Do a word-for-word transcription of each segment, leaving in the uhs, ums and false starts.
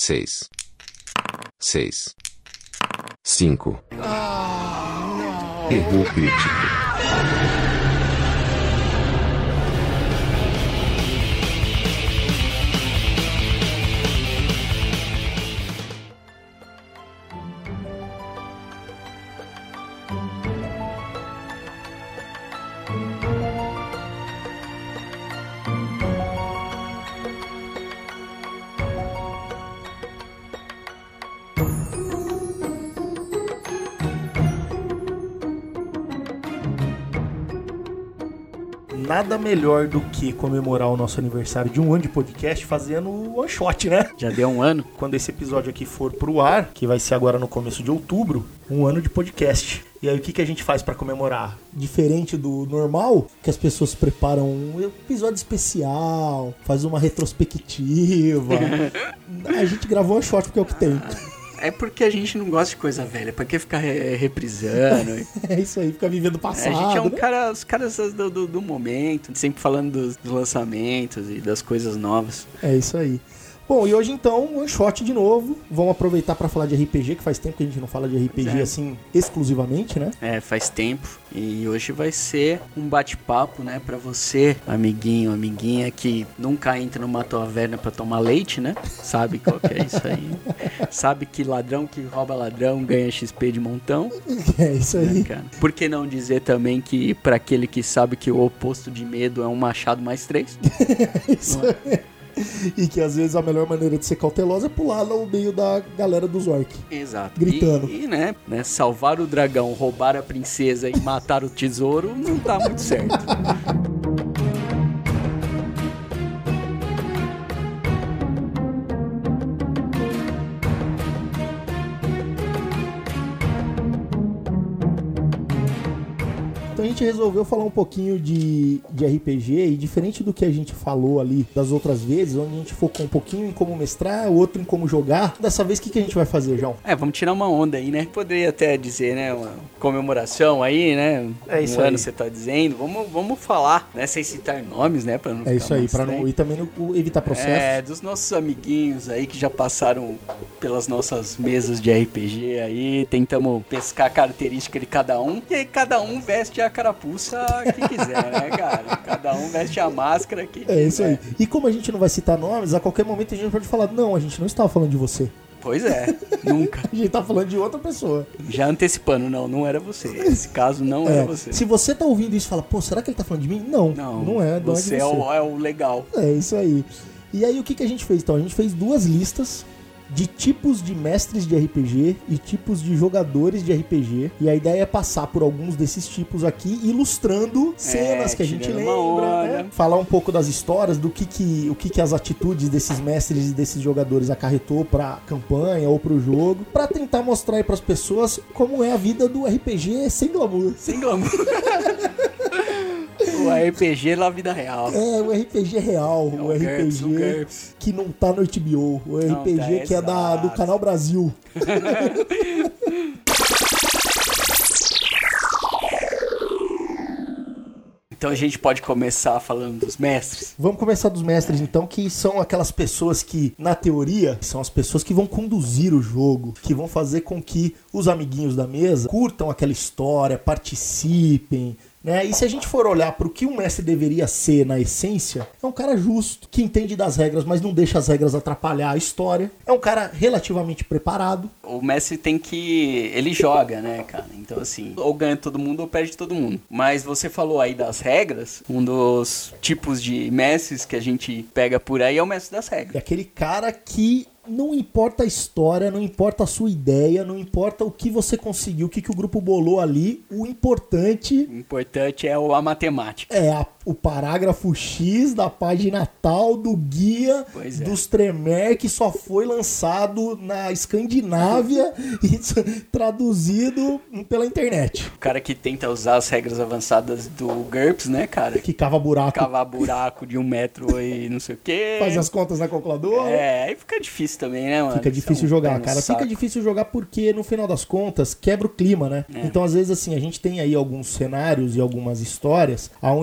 seis, seis, cinco. Erro crítico. Nada melhor do que comemorar o nosso aniversário de um ano de podcast fazendo o one shot, né? Já deu um ano? Quando esse episódio aqui for pro ar, que vai ser agora no começo de outubro, um ano de podcast. E aí o que, que a gente faz pra comemorar? Diferente do normal, que as pessoas preparam um episódio especial, faz uma retrospectiva. A gente gravou one shot porque é o que tem. É porque a gente não gosta de coisa velha. Pra que ficar re- reprisando? É isso aí, ficar vivendo o passado. É, a gente é um né? cara, os caras do, do, do momento, sempre falando dos, dos lançamentos e das coisas novas. É isso aí. Bom, e hoje então, one shot de novo. Vamos aproveitar pra falar de R P G, que faz tempo que a gente não fala de R P G é. assim, exclusivamente, né? É, faz tempo. E hoje vai ser um bate-papo, né, pra você, amiguinho, amiguinha, que nunca entra numa taverna pra tomar leite, né? Sabe qual que é isso aí? Sabe que ladrão que rouba ladrão ganha X P de montão. É isso aí. Né, cara? Por que não dizer também que pra aquele que sabe que o oposto de medo é um machado mais três? É isso aí. E que às vezes a melhor maneira de ser cautelosa é pular no meio da galera dos orcs. Exato. Gritando. E, e né, né, salvar o dragão, roubar a princesa e matar o tesouro não tá muito certo. Então a gente resolveu falar um pouquinho de, de R P G e diferente do que a gente falou ali das outras vezes, onde a gente focou um pouquinho em como mestrar, outro em como jogar. Dessa vez o que, que a gente vai fazer, João? É, vamos tirar uma onda aí, né? Poderia até dizer, né, uma comemoração aí, né? É isso um aí. ano você tá dizendo. Vamos, vamos falar, né, sem citar nomes, né, pra não É ficar isso aí, muito para não estranho. e também no, evitar processo. É, dos nossos amiguinhos aí que já passaram pelas nossas mesas de R P G aí, tentamos pescar a característica de cada um, e aí cada um veste a carapuça que quiser, né, cara? Cada um veste a máscara que quiser. É isso aí. E como a gente não vai citar nomes, a qualquer momento a gente pode falar, não, a gente não estava falando de você. Pois é, nunca. A gente tá falando de outra pessoa. Já antecipando, não, não era você. Esse caso não É, era você. se você tá ouvindo isso e fala, pô, será que ele tá falando de mim? Não, não, Não, é, não você é de é você. o, é o legal. É isso aí. E aí o que, que a gente fez então? A gente fez duas listas de tipos de mestres de R P G e tipos de jogadores de R P G. E a ideia é passar por alguns desses tipos aqui, ilustrando cenas É, que a gente tirando uma lembra, onda. né? Falar um pouco das histórias, do que, que, o que, que as atitudes desses mestres e desses jogadores acarretou pra campanha ou pro jogo, pra tentar mostrar aí pras pessoas como é a vida do R P G sem glamour. Sem glamour. O R P G na vida real. É, o R P G real, É o, o R P G GURPS, o GURPS. que não tá no H B O, o Não R P G tá, que é da, do exato. Canal Brasil. Então a gente pode começar falando dos mestres. Vamos começar dos mestres então, que são aquelas pessoas que, na teoria, são as pessoas que vão conduzir o jogo, que vão fazer com que os amiguinhos da mesa curtam aquela história, participem, né? E se a gente for olhar para o que um mestre deveria ser na essência, é um cara justo, que entende das regras, mas não deixa as regras atrapalhar a história. É um cara relativamente preparado. O mestre tem que... Ele joga, né, cara? Então, assim, ou ganha todo mundo ou perde todo mundo. Mas você falou aí das regras. Um dos tipos de mestres que a gente pega por aí é o mestre das É regras. aquele cara que não importa a história, não importa a sua ideia, não importa o que você conseguiu, o que, que o grupo bolou ali, o importante O importante é o- a matemática. é a- o parágrafo X da página tal do guia Pois é. dos Tremere, que só foi lançado na Escandinávia e traduzido pela internet. O cara que tenta usar as regras avançadas do GURPS, né, cara? Que cava buraco, Cavar buraco de um metro e não sei o quê. faz as contas na calculadora. É, aí fica difícil também, né, mano? Fica Isso difícil é um jogar, pé no cara. saco. Fica difícil jogar porque, no final das contas, quebra o clima, né? É. Então, às vezes, assim, a gente tem aí alguns cenários e algumas histórias aonde, por exemplo,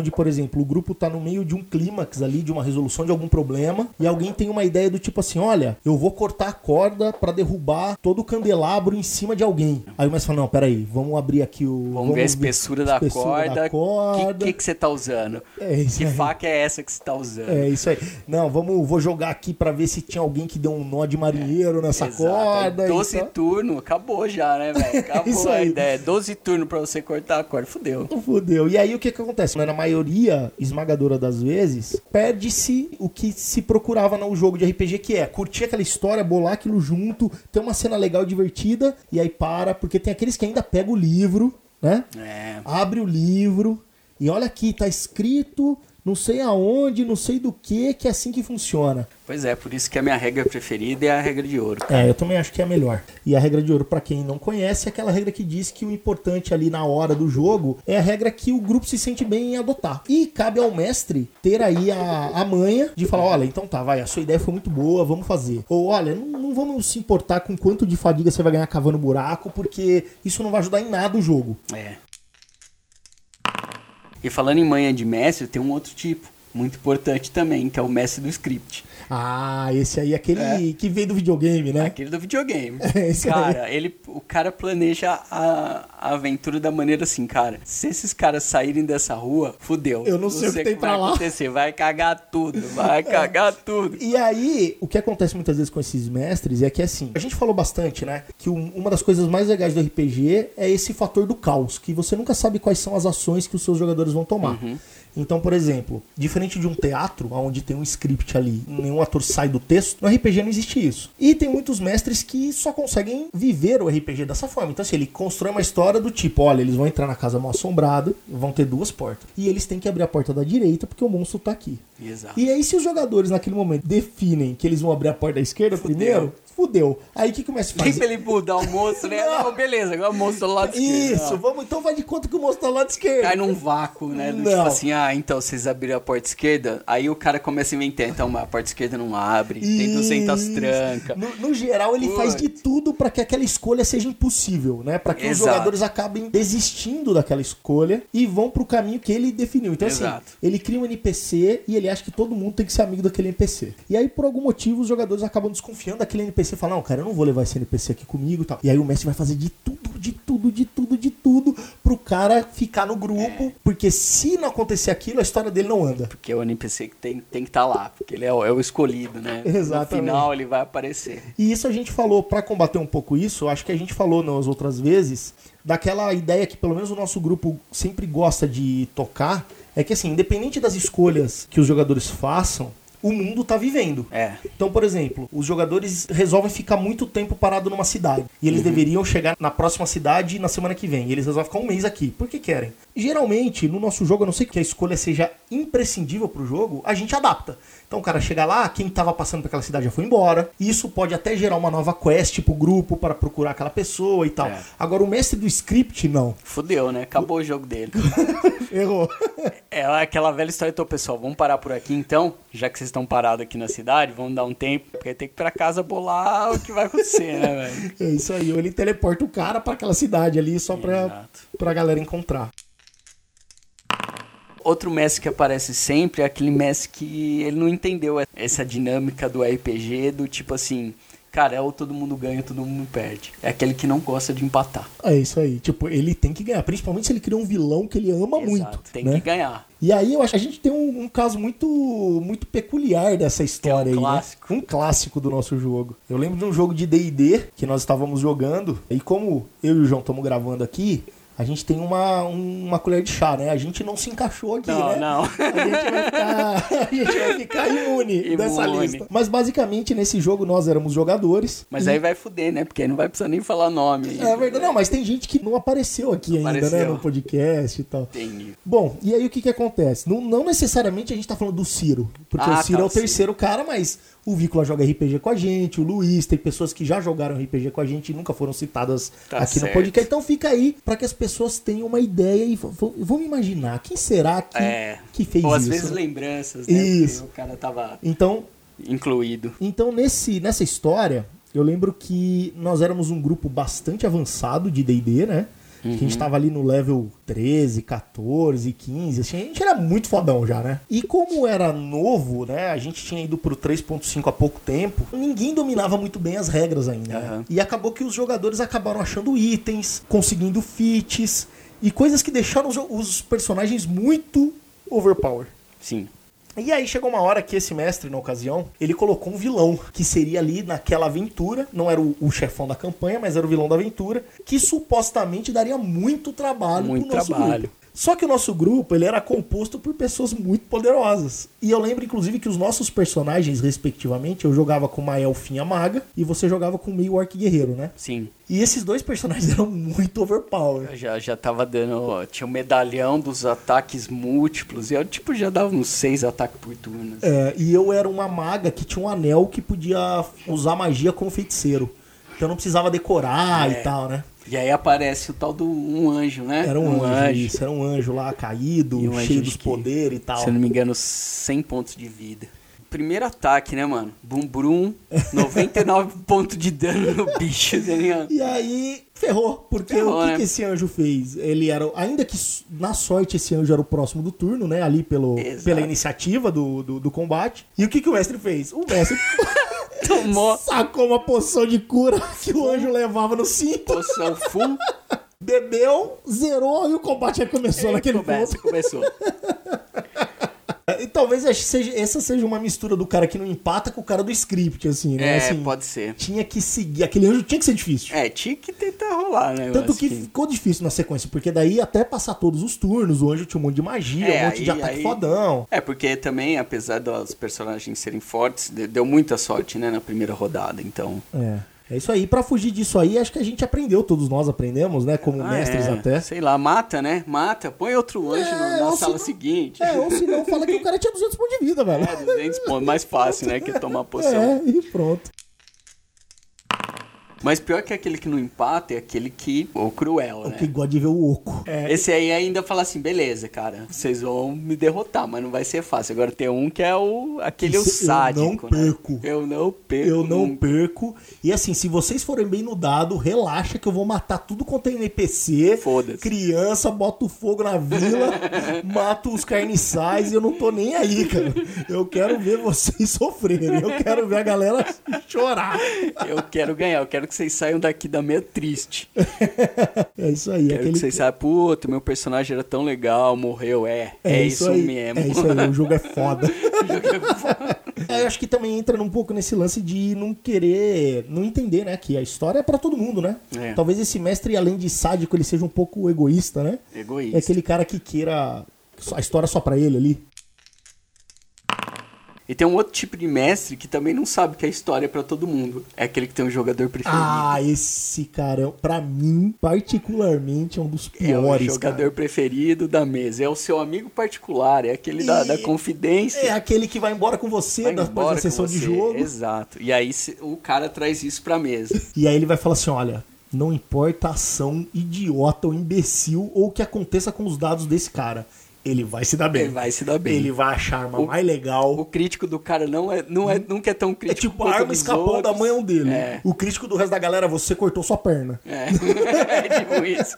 exemplo, o grupo tá no meio de um clímax ali, de uma resolução de algum problema, e alguém tem uma ideia do tipo assim, olha, eu vou cortar a corda pra derrubar todo o candelabro em cima de alguém. Aí o mestre fala, não, peraí, vamos abrir aqui o... Vamos, vamos ver a espessura, ver a espessura da corda. Da corda. Que, que que você tá usando? É isso que aí. faca é essa que você tá usando? É isso aí. Não, vamos, vou jogar aqui pra ver se tinha alguém que deu um nó de marinheiro é, nessa exato. corda. doze então... turnos, acabou já, né, velho? Acabou isso a aí. ideia. doze turnos pra você cortar a corda, fudeu. Fudeu. E aí o que que acontece? Na maioria esmagadora das vezes, perde-se o que se procurava no jogo de R P G, que é curtir aquela história, bolar aquilo junto, ter uma cena legal e divertida, e aí para, porque tem aqueles que ainda pegam o livro, né? É. Abre o livro, e olha aqui, tá escrito... não sei aonde, não sei do que, que é assim que funciona. Pois é, por isso que a minha regra preferida é a regra de ouro. É, eu também acho que é a melhor. E a regra de ouro, pra quem não conhece, é aquela regra que diz que o importante ali na hora do jogo é a regra que o grupo se sente bem em adotar. E cabe ao mestre ter aí a, a manha de falar, olha, então tá, vai, a sua ideia foi muito boa, vamos fazer. Ou, olha, não, não vamos se importar com quanto de fadiga você vai ganhar cavando buraco, porque isso não vai ajudar em nada o jogo. É. E falando em manha de mestre, tem um outro tipo, muito importante também, que é o mestre do script. Ah, esse aí é aquele é. que veio do videogame, né? Aquele do videogame. É, esse cara, aí. ele, o cara planeja a, a aventura da maneira assim, cara. Se esses caras saírem dessa rua, fudeu. Eu não sei, não sei o que tem pra lá. Vai acontecer, vai cagar tudo, vai cagar tudo. E aí, o que acontece muitas vezes com esses mestres é que assim, a gente falou bastante, né? Que um, uma das coisas mais legais do R P G é esse fator do caos, que você nunca sabe quais são as ações que os seus jogadores vão tomar. Uhum. Então, por exemplo, diferente de um teatro, onde tem um script ali, nenhum ator sai do texto, no R P G não existe isso. E tem muitos mestres que só conseguem viver o R P G dessa forma. Então, assim, ele constrói uma história do tipo, olha, eles vão entrar na casa mal assombrada, vão ter duas portas. E eles têm que abrir a porta da direita porque o monstro tá aqui. Exato. E aí, se os jogadores naquele momento definem que eles vão abrir a porta da esquerda Fudeu. primeiro... fudeu. Aí o que, que o mestre faz? Tem pra ele mudar o monstro, né? Não, beleza, agora o monstro do lado esquerdo. Isso, vamos, então vai de conta que o monstro tá do lado esquerdo. Cai num vácuo, né? Do Não. tipo assim, ah, então vocês abriram a porta esquerda, aí o cara começa a inventar, então a porta esquerda não abre, Isso. tem duzentas trancas. No, no geral, ele Putz. faz de tudo pra que aquela escolha seja impossível, né? Pra que Exato. os jogadores acabem desistindo daquela escolha e vão pro caminho que ele definiu. Então, Exato. assim, ele cria um N P C e ele acha que todo mundo tem que ser amigo daquele N P C. E aí, por algum motivo, os jogadores acabam desconfiando daquele N P C e falam, não, cara, eu não vou levar esse N P C aqui comigo e tal. E aí o mestre vai fazer de tudo, de tudo, de tudo, de tudo pro cara ficar no grupo, é. Porque se não acontecer aquilo, a história dele não anda. Porque o N P C que tem, tem que estar tá lá, porque ele é o, é o escolhido, né? Exatamente. No final ele vai aparecer. E isso a gente falou, pra combater um pouco isso, acho que a gente falou nas outras vezes, daquela ideia que pelo menos o nosso grupo sempre gosta de tocar, é que assim, independente das escolhas que os jogadores façam, o mundo tá vivendo. É. Então, por exemplo, os jogadores resolvem ficar muito tempo parado numa cidade. E eles uhum. deveriam chegar na próxima cidade na semana que vem. E eles resolvem ficar um mês aqui. Por que querem? Geralmente, no nosso jogo, a não ser que a escolha seja imprescindível pro jogo, a gente adapta. Então o cara chega lá, quem tava passando por aquela cidade já foi embora. E isso pode até gerar uma nova quest pro grupo para procurar aquela pessoa e tal. É. Agora, o mestre do script, não. Fudeu, né? Acabou o, o jogo dele. Errou. É aquela velha história. Então, pessoal, vamos parar por aqui então? Já que vocês estão parados aqui na cidade, vamos dar um tempo, porque tem que ir pra casa bolar o que vai acontecer, né, velho? É isso aí. Ou ele teleporta o cara pra aquela cidade ali só pra, pra galera encontrar. Outro mestre que aparece sempre é aquele mestre que ele não entendeu essa dinâmica do R P G, do tipo assim, cara, é ou todo mundo ganha ou todo mundo perde. É aquele que não gosta de empatar. É isso aí. Tipo, ele tem que ganhar. Principalmente se ele criou um vilão que ele ama Exato, muito. Tem né? que ganhar. E aí eu acho que a gente tem um, um caso muito, muito peculiar dessa história é um aí, clássico. Né? Um clássico do nosso jogo. Eu lembro de um jogo de D e D que nós estávamos jogando. E como eu e o João estamos gravando aqui, a gente tem uma, uma colher de chá, né? A gente não se encaixou aqui, não, né? Não, a gente vai ficar, a gente vai ficar imune, imune dessa lista. Mas basicamente, nesse jogo, nós éramos jogadores. Mas e... aí vai fuder, né? Porque aí não vai precisar nem falar nome. É verdade, não, mas tem gente que não apareceu aqui não ainda, apareceu. Né? No podcast e tal. Entendi. Bom, e aí o que que acontece? Não, não necessariamente a gente tá falando do Ciro. Porque ah, o Ciro tá, é o terceiro sim. cara, mas... O Vícola joga R P G com a gente, o Luiz, tem pessoas que já jogaram R P G com a gente e nunca foram citadas tá aqui certo. No podcast. Então fica aí para que as pessoas tenham uma ideia e vamos imaginar quem será que, é. que fez Ou isso. Ou às vezes lembranças, né? Isso. Porque o cara tava então, incluído. Então nesse, nessa história, eu lembro que nós éramos um grupo bastante avançado de D e D, né? Uhum. A gente tava ali no level treze, quatorze, quinze, assim, a gente era muito fodão já, né? E como era novo, né, a gente tinha ido pro três ponto cinco há pouco tempo, ninguém dominava muito bem as regras ainda, Uhum. né? E acabou que os jogadores acabaram achando itens, conseguindo feats e coisas que deixaram os, os personagens muito overpower. Sim. E aí chegou uma hora que esse mestre, na ocasião, ele colocou um vilão, que seria ali naquela aventura, não era o, o chefão da campanha, mas era o vilão da aventura, que supostamente daria muito trabalho Muito pro nosso trabalho. grupo. Só que o nosso grupo, ele era composto por pessoas muito poderosas. E eu lembro, inclusive, que os nossos personagens, respectivamente, eu jogava com uma elfinha maga e você jogava com meio orc guerreiro, né? Sim. E esses dois personagens eram muito overpower. Eu já, já tava dando... ó, tinha o medalhão dos ataques múltiplos. E eu, tipo, já dava uns seis ataques por turno. Assim. É, e eu era uma maga que tinha um anel que podia usar magia como feiticeiro. Então eu não precisava decorar É. e tal, né? E aí aparece o tal do um anjo, né? Era um, anjo, isso, era um anjo lá caído, E um cheio anjo dos que, poderes e tal. Se eu não me engano, cem pontos de vida. Primeiro ataque, né, mano? Bum Brum, noventa e nove pontos de dano no bicho, tá ligado? E aí ferrou, porque Ferrou, o que, né? que esse anjo fez? Ele era, ainda que na sorte esse anjo era o próximo do turno, né? Ali pelo, Exato. pela iniciativa do, do, do combate. E o que, que o mestre fez? O mestre Tomou sacou uma poção de cura que o anjo levava no cinto, poção full. bebeu, zerou e o combate já começou naquele Começa, ponto. começou. E talvez essa seja, essa seja uma mistura do cara que não empata com o cara do script, assim, né? É, assim, pode ser. Tinha que seguir, aquele anjo tinha que ser difícil. É, tinha que tentar rolar, né? Tanto eu acho que ficou difícil na sequência, porque daí até passar todos os turnos, o anjo tinha um monte de magia, É, um monte de aí- ataque aí- fodão. É, porque também, apesar dos personagens serem fortes, de- deu muita sorte, né, na primeira rodada, então... É. É isso aí. Pra fugir disso aí, acho que a gente aprendeu, todos nós aprendemos, né? Como Ah, mestres é, até. sei lá, mata, né? Mata, põe outro anjo no- É, na ou sala se- seguinte. É, ou se não, fala que o cara tinha duzentos pontos de vida, velho. É, duzentos pontos, mais fácil, né, que tomar poção. É, e pronto. Mas pior que aquele que não empata é aquele que... O cruel, O né? que gosta de ver o oco. É, Esse aí ainda fala assim, beleza, cara, vocês vão me derrotar, mas não vai ser fácil. Agora tem um que é o aquele é o Esse eu sádico, não né? perco. Eu não perco. eu não nunca. perco. E assim, se vocês forem bem no dado, relaxa que eu vou matar tudo quanto é N P C. Foda-se. Criança, boto fogo na vila, mato os carniçais e eu não tô nem aí, cara. Eu quero ver vocês sofrerem. Eu quero ver a galera chorar. Eu quero ganhar, eu quero que vocês saiam daqui da meia triste. É isso aí. Quero aquele... que vocês saibam, puta, meu personagem era tão legal, morreu, é. É, isso, aí, mesmo. É isso aí, o jogo é foda. O jogo é foda. É, eu acho que também entra um pouco nesse lance de não querer, não entender, né, que a história é pra todo mundo, né? É. Talvez esse mestre, além de sádico, ele seja um pouco egoísta, né? Egoísta. É aquele cara que queira a história só pra ele ali. E tem um outro tipo de mestre que também não sabe que a história é pra todo mundo. É aquele que tem um jogador preferido. Ah, esse cara, pra mim, particularmente, é um dos É o piores, jogador cara. preferido da mesa. É o seu amigo particular. É aquele da, E- da confidência. É aquele que vai embora com você Vai depois embora da sessão com de você. jogo. Exato. E aí se- o cara traz isso pra mesa. E aí ele vai falar assim, olha, não importa a ação idiota ou imbecil ou o que aconteça com os dados desse cara. Ele vai se dar bem. Ele vai se dar bem. Ele vai achar a arma O- mais legal. O crítico do cara não é, não é, nunca é tão É crítico tipo, a quanto arma dos escapou outros. da mão dele. É. O crítico do resto da galera, você cortou sua perna. É, é tipo isso.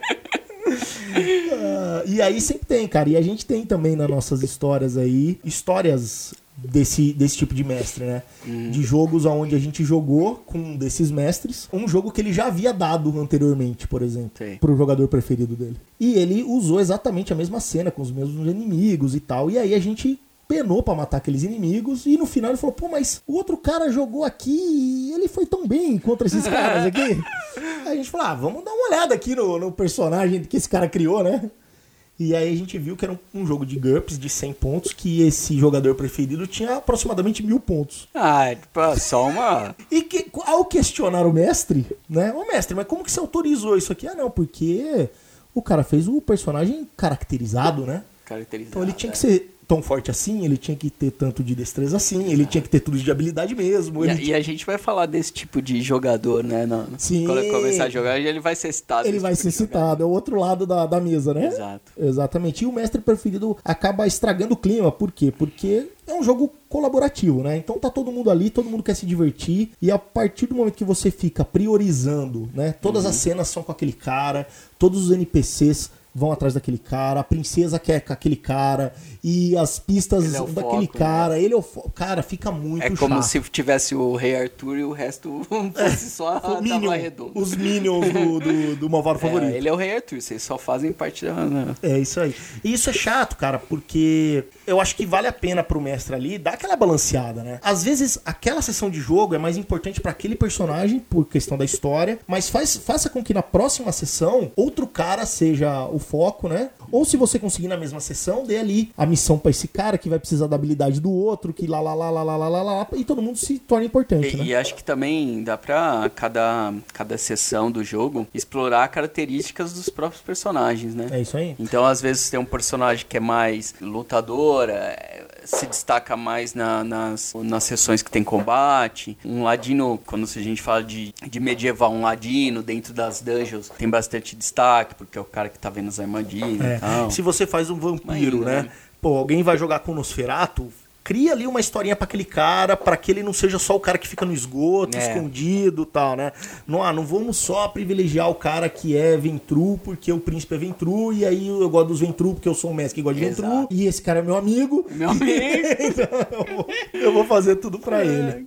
Ah, e aí sempre tem, cara. E a gente tem também nas nossas histórias aí, histórias desse, desse tipo de mestre, né? Uhum. De jogos onde a gente jogou com um desses mestres, um jogo que ele já havia dado anteriormente, por exemplo, Sei. pro jogador preferido dele. E ele usou exatamente a mesma cena, com os mesmos inimigos e tal. E aí a gente penou pra matar aqueles inimigos e no final ele falou, pô, mas o outro cara jogou aqui e ele foi tão bem contra esses caras aqui. Aí a gente falou, ah, vamos dar uma olhada aqui no, no personagem que esse cara criou, né? E aí a gente viu que era um, um jogo de GURPS de cem pontos, que esse jogador preferido tinha aproximadamente mil pontos. Ah, é tipo, só uma... E que, ao questionar o mestre, né? Ô mestre, mas como que você autorizou isso aqui? Ah, não, porque o cara fez o personagem caracterizado, né? caracterizado. Então ele tinha que é. ser tão forte assim, ele tinha que ter tanto de destreza assim, Exato. Ele tinha que ter tudo de habilidade mesmo. E, ele... a, e a gente vai falar desse tipo de jogador, né? No, Sim. Quando começar a jogar, ele vai ser citado. Ele vai tipo ser citado, é o outro lado da, da mesa, né? Exato. Exatamente. E o mestre preferido acaba estragando o clima. Por quê? Porque é um jogo colaborativo, né? Então tá todo mundo ali, todo mundo quer se divertir. E a partir do momento que você fica priorizando, né? Todas uhum. as cenas são com aquele cara, todos os N P Cs vão atrás daquele cara, a princesa quer com aquele cara, e as pistas é daquele foco, cara, né? ele é o foco. Cara, fica muito chato. É como chato. Se tivesse o Rei Arthur e o resto fosse só a Minion, os Minions do, do, do Malvado é, Favorito. Ele é o Rei Arthur, vocês só fazem parte da... Né? É isso aí. E isso é chato, cara, porque eu acho que vale a pena pro mestre ali dar aquela balanceada, né? Às vezes, aquela sessão de jogo é mais importante pra aquele personagem, por questão da história, mas faz, faça com que na próxima sessão, outro cara seja o foco, né? Ou se você conseguir na mesma sessão, dê ali a missão pra esse cara que vai precisar da habilidade do outro, que lá, lá, lá, lá, lá, lá, lá, lá e todo mundo se torna importante, e, né? E acho que também dá pra cada, cada sessão do jogo explorar características dos próprios personagens, né? É isso aí. Então, às vezes, tem um personagem que é mais lutador, é, se destaca mais na, nas, nas sessões que tem combate. Um ladino, quando a gente fala de, de medieval, um ladino dentro das dungeons tem bastante destaque, porque é o cara que tá vendo as armadilhas É. e tal. Se você faz um vampiro, Ainda, né? né? Pô, alguém vai jogar com o Nosferatu, cria ali uma historinha pra aquele cara, pra que ele não seja só o cara que fica no esgoto, É. escondido e tal, né? Não, ah, não vamos só privilegiar o cara que é Ventru, porque o príncipe é Ventru, e aí eu gosto dos Ventru, porque eu sou um mestre que gosta de Exato. Ventru, e esse cara é meu amigo. Meu amigo. Então, eu, vou, eu vou fazer tudo pra ele.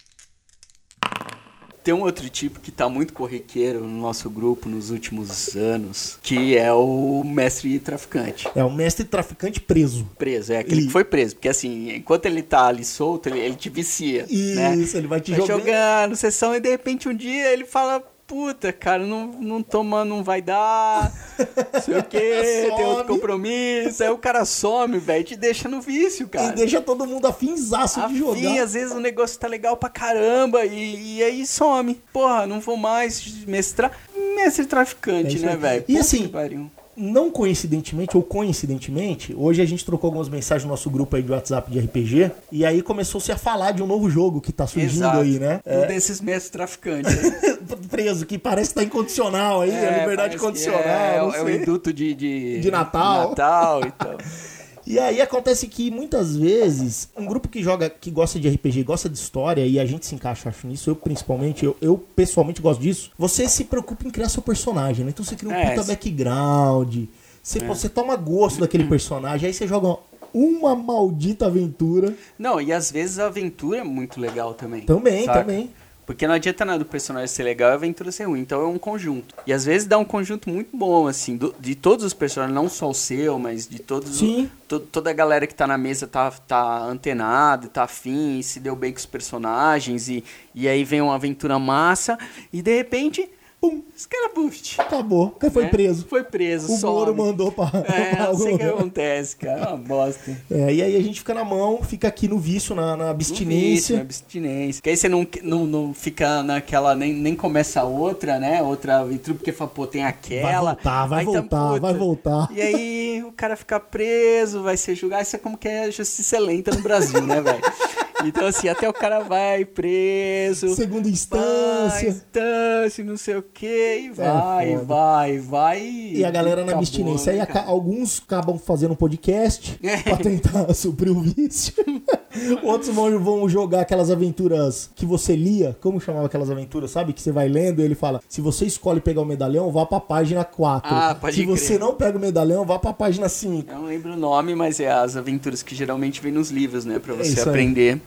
Tem um outro tipo que tá muito corriqueiro no nosso grupo nos últimos anos, que é o mestre traficante. É o mestre traficante preso. Preso, é aquele E- que foi preso. Porque assim, enquanto ele tá ali solto, ele, ele te vicia. né? Isso, ele vai te Vai jogando. jogando sessão e de repente um dia ele fala: puta, cara, não, não toma, não vai dar, não sei o quê, tem outro Some. compromisso. Aí o cara some, velho, te deixa no vício, cara. E deixa todo mundo afinzaço de Afim, jogar. às vezes o negócio tá legal pra caramba e, e aí some. Porra, não vou mais mestrar. Mestre É traficante, isso né, aí. velho? E Puta assim, que pariu. não coincidentemente ou coincidentemente, hoje a gente trocou algumas mensagens no nosso grupo aí de WhatsApp de R P G, e aí começou-se a falar de um novo jogo que tá surgindo Exato. aí, né? Um desses mestres traficantes. aí. Preso, que parece que tá incondicional aí, a liberdade parece que condicional. É, não é o sei. induto de, de, De Natal. Natal e tal. E aí acontece que muitas vezes um grupo que joga, que gosta de R P G, gosta de história, e a gente se encaixa, acho nisso, eu principalmente, eu, eu pessoalmente gosto disso, você se preocupa em criar seu personagem, né? Então você cria um É, puta sim. background, você, É. você toma gosto daquele personagem, aí você joga uma maldita aventura. Não, e às vezes a aventura é muito legal também. Também, saca? também. Porque não adianta nada o personagem ser legal e a aventura ser ruim. Então é um conjunto. E às vezes dá um conjunto muito bom, assim, do- de todos os personagens, não só o seu, mas de todos. Sim. O, to- toda a galera que tá na mesa tá, tá antenada, tá afim, se deu bem com os personagens. E, e aí vem uma aventura massa. E de repente, pum, escarabuste. Acabou. Porque foi né? preso. Foi preso, O some. Moro mandou pra, É, pra não algum sei o que lugar. acontece, cara. É uma bosta. É, e aí a gente fica na mão, fica aqui no vício, na, na abstinência. Vício, na abstinência. Que aí você não, não, não fica naquela, nem, nem começa outra, né? Outra aventura, porque fala, pô, tem aquela. Vai voltar, vai Aí tá, voltar, puta. vai voltar. E aí o cara fica preso, vai ser julgado. Isso é como que é a justiça lenta no Brasil, né, velho? Então, assim, até o cara vai preso. Segunda Vai, instância. instância, não sei o que, e vai, foda. vai, vai. E a galera na acabou, abstinência. Aí né, aca- cara? alguns acabam fazendo um podcast É. pra tentar suprir o vício. Outros vão, vão jogar aquelas aventuras que você lia. Como chamava aquelas aventuras, sabe? Que você vai lendo e ele fala: se você escolhe pegar o medalhão, vá pra página quatro. Ah, pode se crer. você não pega o medalhão, vá pra página cinco. Eu não lembro o nome, mas é as aventuras que geralmente vem nos livros, né? Pra É você isso aí. aprender.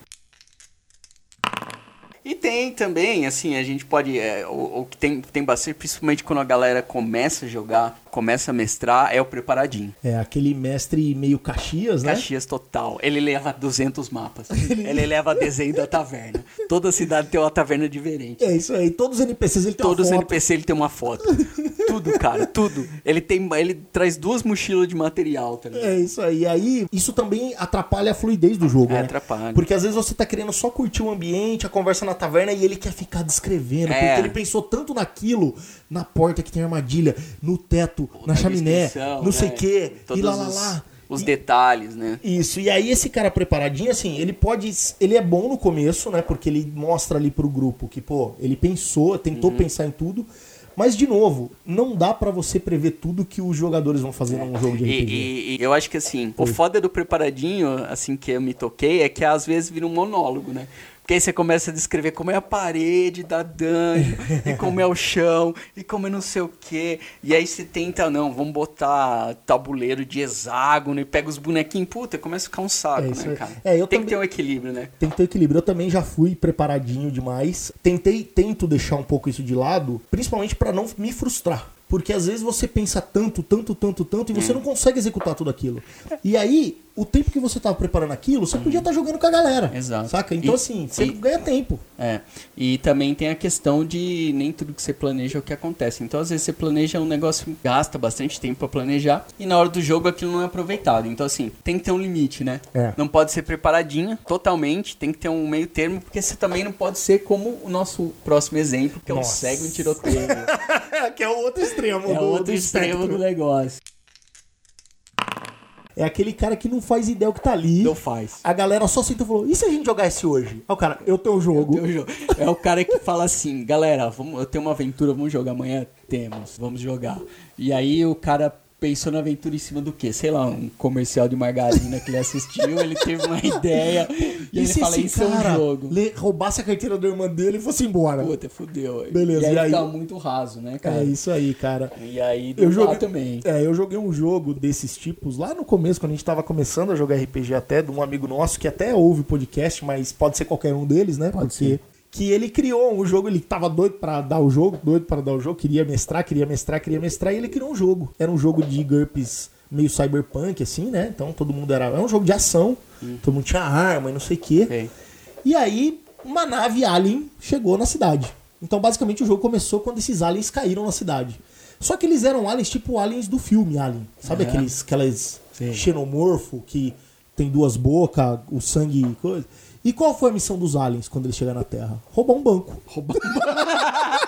E tem também, assim, a gente pode... É, o, o que tem, tem bastante, principalmente quando a galera começa a jogar, começa a mestrar, é o preparadinho. É aquele mestre meio Caxias, né? Caxias total. Ele leva duzentos mapas. Ele leva desenho da taverna. Toda cidade tem uma taverna diferente. É isso aí. Todos os N P Cs ele tem Todos os uma N foto. P C ele tem uma foto. Tudo, cara, tudo. Ele, tem, ele traz duas mochilas de material, tá ligado? É isso aí. Aí, isso também atrapalha a fluidez do jogo, É, né? atrapalha. Porque às vezes você tá querendo só curtir o ambiente, a conversa na taverna, e ele quer ficar descrevendo. É. Porque ele pensou tanto naquilo, na porta que tem armadilha, no teto, na Na chaminé, descrição, não sei o né? quê, e Todos lá, lá, os- lá. os e, detalhes, né? Isso, e aí esse cara preparadinho, assim, ele pode... Ele é bom no começo, né? Porque ele mostra ali pro grupo que, pô, ele pensou, tentou uhum. pensar em tudo. Mas, de novo, não dá pra você prever tudo que os jogadores vão fazer num jogo de R P G. E, e eu acho que, assim, o foda do preparadinho, assim, que eu me toquei, é que às vezes vira um monólogo, né? Porque aí você começa a descrever como é a parede da dungeon, e como é o chão, e como é não sei o quê. E aí você tenta, não, vamos botar tabuleiro de hexágono e pega os bonequinhos. Puta, começa a ficar um saco, é né, cara? É, eu Tem também... que ter um equilíbrio, né? Tem que ter equilíbrio. Eu também já fui preparadinho demais. Tentei, tento deixar um pouco isso de lado, principalmente pra não me frustrar. Porque às vezes você pensa tanto, tanto, tanto, tanto, e você hum. não consegue executar tudo aquilo. E aí, o tempo que você tava preparando aquilo, você hum. podia estar jogando com a galera. Exato. Saca? Então, e, assim, você e, ganha tempo. É. E também tem a questão de nem tudo que você planeja é o que acontece. Então, às vezes, você planeja um negócio, gasta bastante tempo pra planejar, e na hora do jogo aquilo não é aproveitado. Então, assim, tem que ter um limite, né? É. Não pode ser preparadinha totalmente, tem que ter um meio termo, porque você também não pode ser como o nosso próximo exemplo, que é o Segue um Tiroteio. Que é o outro extremo. É do, outro do extremo do negócio. É aquele cara que não faz ideia o que tá ali. Não faz. A galera só sentou e falou, e se a gente jogar esse hoje? Aí o cara, eu tenho o jogo. Eu tenho jogo. É o cara que fala assim, galera, vamos, eu tenho uma aventura, vamos jogar amanhã? Temos, vamos jogar. E aí o cara pensou na aventura em cima do quê? Sei lá, um comercial de margarina que ele assistiu, ele teve uma ideia e, e ele fala, isso é um jogo. Le, roubasse a carteira da irmã dele e fosse embora. Puta, fudeu. Beleza, e aí, e aí fica muito raso, né, cara? É isso aí, cara. E aí eu joguei também. É, eu joguei um jogo desses tipos lá no começo, quando a gente tava começando a jogar R P G até, de um amigo nosso que até ouve o podcast, mas pode ser qualquer um deles, né? Pode Porque... ser. Que ele criou um jogo, ele tava doido pra dar o jogo, doido pra dar o jogo, queria mestrar, queria mestrar, queria mestrar, e ele criou um jogo. Era um jogo de GURPS meio cyberpunk, assim, né? Então todo mundo era... Era um jogo de ação, hum. todo mundo tinha arma e não sei o quê. Okay. E aí, uma nave alien chegou na cidade. Então, basicamente, o jogo começou quando esses aliens caíram na cidade. Só que eles eram aliens tipo aliens do filme Alien. Sabe uhum. aqueles, aqueles xenomorfo que tem duas bocas, o sangue e coisa... E qual foi a missão dos aliens quando eles chegaram na Terra? Roubar um banco. Roubar um banco.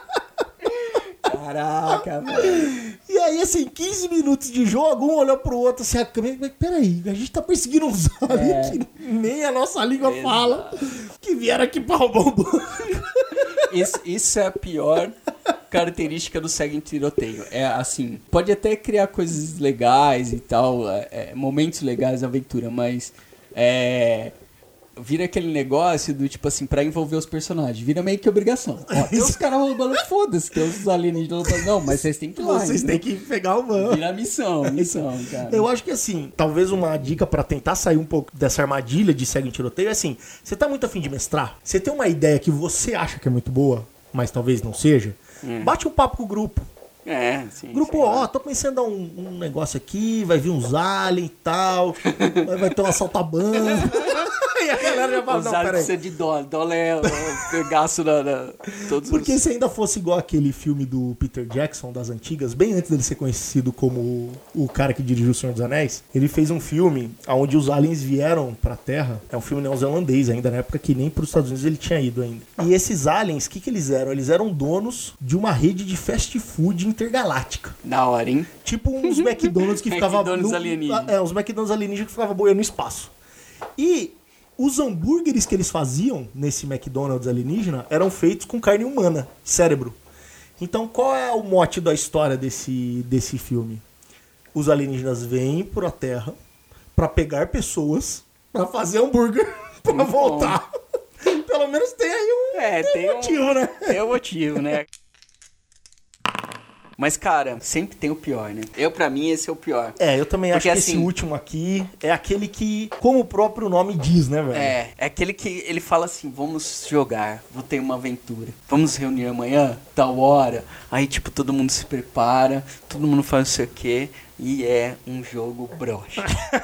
Caraca, velho. E aí, assim, quinze minutos de jogo, um olhou pro outro assim, mas peraí, a gente tá perseguindo uns aliens é. que nem a nossa língua Exato. fala, que vieram aqui pra roubar um banco. Isso, isso é a pior característica do Segue um Tiroteio. É assim, pode até criar coisas legais e tal, é, momentos legais da aventura, mas é... vira aquele negócio do tipo assim, pra envolver os personagens. Vira meio que obrigação. Ó, tem os caras roubando, foda-se. Tem os alienígenas roubando. Não, mas vocês têm que ir lá. Vocês têm que pegar o banco. Vira missão, missão, cara. Eu acho que assim, talvez uma dica pra tentar sair um pouco dessa armadilha de Segue um Tiroteio é assim, você tá muito afim de mestrar? Você tem uma ideia que você acha que é muito boa, mas talvez não seja? Hum. Bate um papo com o grupo. É, sim. Grupo, ó, tô pensando em dar um, um negócio aqui, vai vir uns aliens e tal, vai ter um assalto-banco. E a galera já fala, os não, peraí. Precisa de dó, dólé, pegaço na, na todos Porque os... se ainda fosse igual aquele filme do Peter Jackson, das antigas, bem antes dele ser conhecido como o, o cara que dirigiu O Senhor dos Anéis, ele fez um filme onde os aliens vieram pra Terra. É um filme neozelandês ainda, na época que nem pros Estados Unidos ele tinha ido ainda. E esses aliens, o que que eles eram? Eles eram donos de uma rede de fast food intergaláctica. Da hora, hein? Tipo uns McDonald's que ficavam... McDonald's alienígenas. É, uns McDonald's alienígenas que ficavam boiando no espaço. E... os hambúrgueres que eles faziam nesse McDonald's alienígena eram feitos com carne humana, cérebro. Então, qual é o mote da história desse, desse filme? Os alienígenas vêm pra Terra pra pegar pessoas, pra fazer hambúrguer, pra Muito voltar. Bom. Pelo menos tem aí um, é, tem tem um motivo, um, né? Tem um motivo, né? Mas, cara, sempre tem o pior, né? Eu, pra mim, esse é o pior. É, eu também Porque, acho que assim, esse último aqui é aquele que, como o próprio nome diz, né, velho? É, é aquele que ele fala assim, vamos jogar, vou ter uma aventura. Vamos reunir amanhã, tal hora. Aí, tipo, todo mundo se prepara, todo mundo faz não sei o quê. E é um jogo broxa.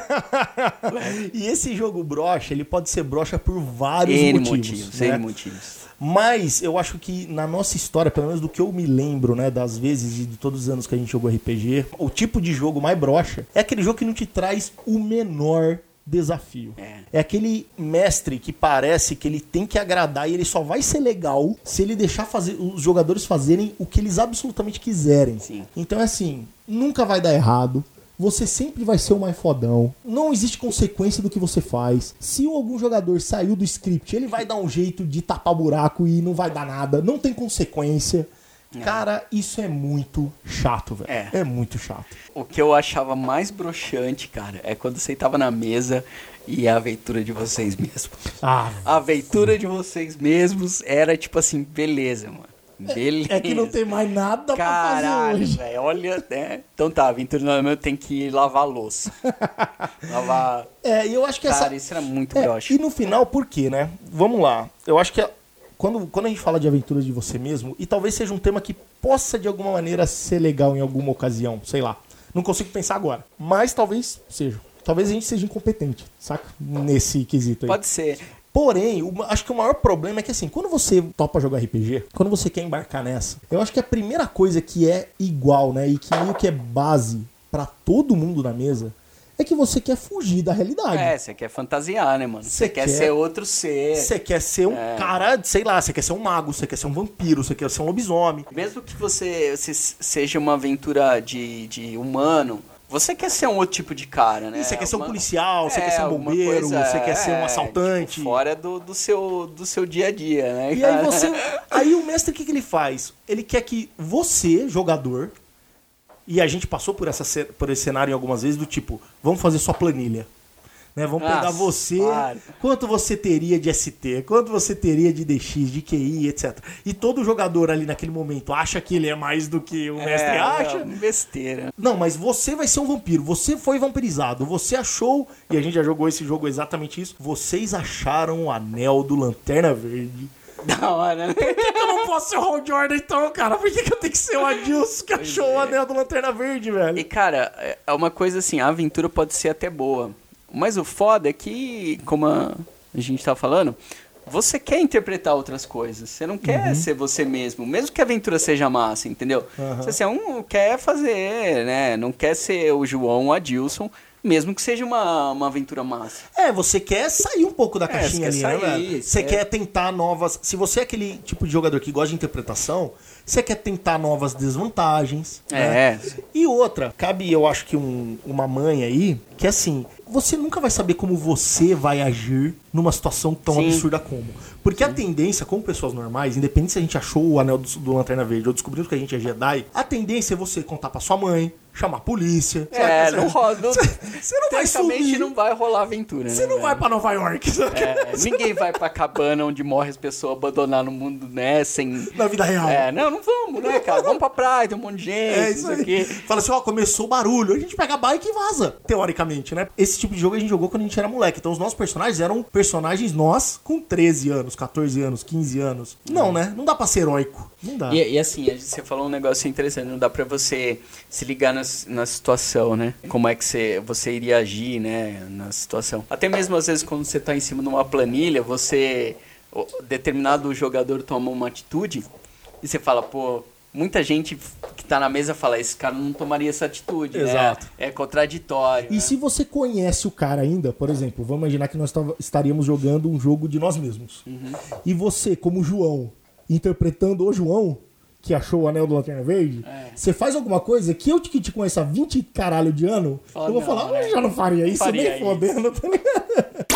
E esse jogo broxa, ele pode ser broxa por vários N motivos. motivos, né? N motivos. Mas eu acho que na nossa história, pelo menos do que eu me lembro, né, das vezes e de todos os anos que a gente jogou R P G, o tipo de jogo mais broxa é aquele jogo que não te traz o menor desafio. É. é aquele mestre que parece que ele tem que agradar e ele só vai ser legal se ele deixar fazer, os jogadores fazerem o que eles absolutamente quiserem. Sim. Então é assim, nunca vai dar errado. você sempre vai ser o mais fodão. Não existe consequência do que você faz. Se algum jogador saiu do script, ele vai dar um jeito de tapar buraco e não vai dar nada. Não tem consequência. É. Cara, isso é muito chato, velho. É. é muito chato. O que eu achava mais broxante, cara, é quando você tava na mesa e a aventura de vocês mesmos. Ah, a aventura de vocês mesmos era tipo assim, beleza, mano. Beleza. É, é que não tem mais nada Caralho, pra fazer hoje. Véio, olha, né? Então tá, a aventura meu tem que lavar a louça. lavar... É, e eu acho que Cara, essa... Cara, isso era muito é, broxa. E no final, por quê, né? Vamos lá. Eu acho que a... quando, quando a gente fala de aventuras de você mesmo, e talvez seja um tema que possa de alguma maneira ser legal em alguma ocasião, sei lá. Não consigo pensar agora. Mas talvez seja. Talvez a gente seja incompetente, saca? Nesse quesito aí. Pode ser. Porém, o, acho que o maior problema é que assim, quando você topa jogar R P G, quando você quer embarcar nessa, eu acho que a primeira coisa que é igual, né, e que meio que é base pra todo mundo na mesa, é que você quer fugir da realidade. É, você quer fantasiar, né, mano? Você quer, quer ser outro ser. Você quer ser um é. cara, sei lá, você quer ser um mago, você quer ser um vampiro, você quer ser um lobisomem. Mesmo que você, você seja uma aventura de, de humano, você quer ser um outro tipo de cara, né? E você quer ser uma... um policial, você é, quer ser um bombeiro, coisa, você quer ser um é, assaltante. Tipo, fora do, do, seu, do seu dia a dia, né? E cara? aí você. Aí o mestre, o que, que ele faz? Ele quer que você, jogador, e a gente passou por, essa, por esse cenário algumas vezes, do tipo, vamos fazer sua planilha. Né? Vamos Nossa, pegar você, claro. Quanto você teria de S T, quanto você teria de D X, de Q I, etcétera. E todo jogador ali naquele momento acha que ele é mais do que o mestre é, acha. É besteira. Não, mas você vai ser um vampiro, você foi vampirizado, você achou, e a gente já jogou esse jogo exatamente isso, vocês acharam o anel do Lanterna Verde. Da hora, né? Por que, que eu não posso ser o Hal Jordan então, cara? Por que, que eu tenho que ser o Adilson que pois achou é. o anel do Lanterna Verde, velho? E cara, é uma coisa assim, a aventura pode ser até boa. Mas o foda é que, como a gente tá falando, você quer interpretar outras coisas. Você não quer uhum. ser você mesmo. Mesmo que a aventura seja massa, entendeu? Uhum. Você um, quer fazer, né? Não quer ser o João, o Adilson, mesmo que seja uma, uma aventura massa. É, você quer sair um pouco da caixinha é, ali, sair, né, velho? Você quer... quer tentar novas... Se você é aquele tipo de jogador que gosta de interpretação, você quer tentar novas desvantagens. É. Né? E outra, cabe, eu acho que um, uma mãe aí, que assim... Você nunca vai saber como você vai agir numa situação tão Sim. absurda como. Porque Sim. a tendência, como pessoas normais, independente se a gente achou o anel do, do Lanterna Verde ou descobrimos que a gente é Jedi, a tendência é você contar pra sua mãe, chamar a polícia. É, não rola. Você, você não vai sumir. não vai rolar aventura, Você né, não velho? vai pra Nova York. É, ninguém vai pra cabana onde morre as pessoas abandonadas no mundo, né, sem... Na vida real. É, não, não vamos, né, cara? Vamos pra praia, tem um monte de gente, é, isso aqui. Fala assim, ó, começou o barulho, a gente pega a bike e vaza, teoricamente, né? Esse tipo de jogo a gente jogou quando a gente era moleque. Então os nossos personagens eram personagens nós com treze anos, catorze anos, quinze anos. Não, né? Não dá pra ser heróico. Não dá. E, e assim, você falou um negócio interessante, não dá pra você se ligar na, na situação, né? Como é que você, você iria agir, né, na situação. Até mesmo às vezes quando você tá em cima de uma planilha, você... determinado jogador toma uma atitude e você fala, pô... Muita gente que tá na mesa fala, esse cara não tomaria essa atitude, Exato. né? É contraditório. E né? se você conhece o cara ainda, por exemplo, vamos imaginar que nós estaríamos jogando um jogo de nós mesmos. Uhum. E você, como João, interpretando o João, que achou o anel do Lanterna Verde, é. você faz alguma coisa que eu que te conheço há vinte caralho de ano, Fala, eu vou não, falar, eu já não faria isso, faria nem isso. fodendo, tá ligado?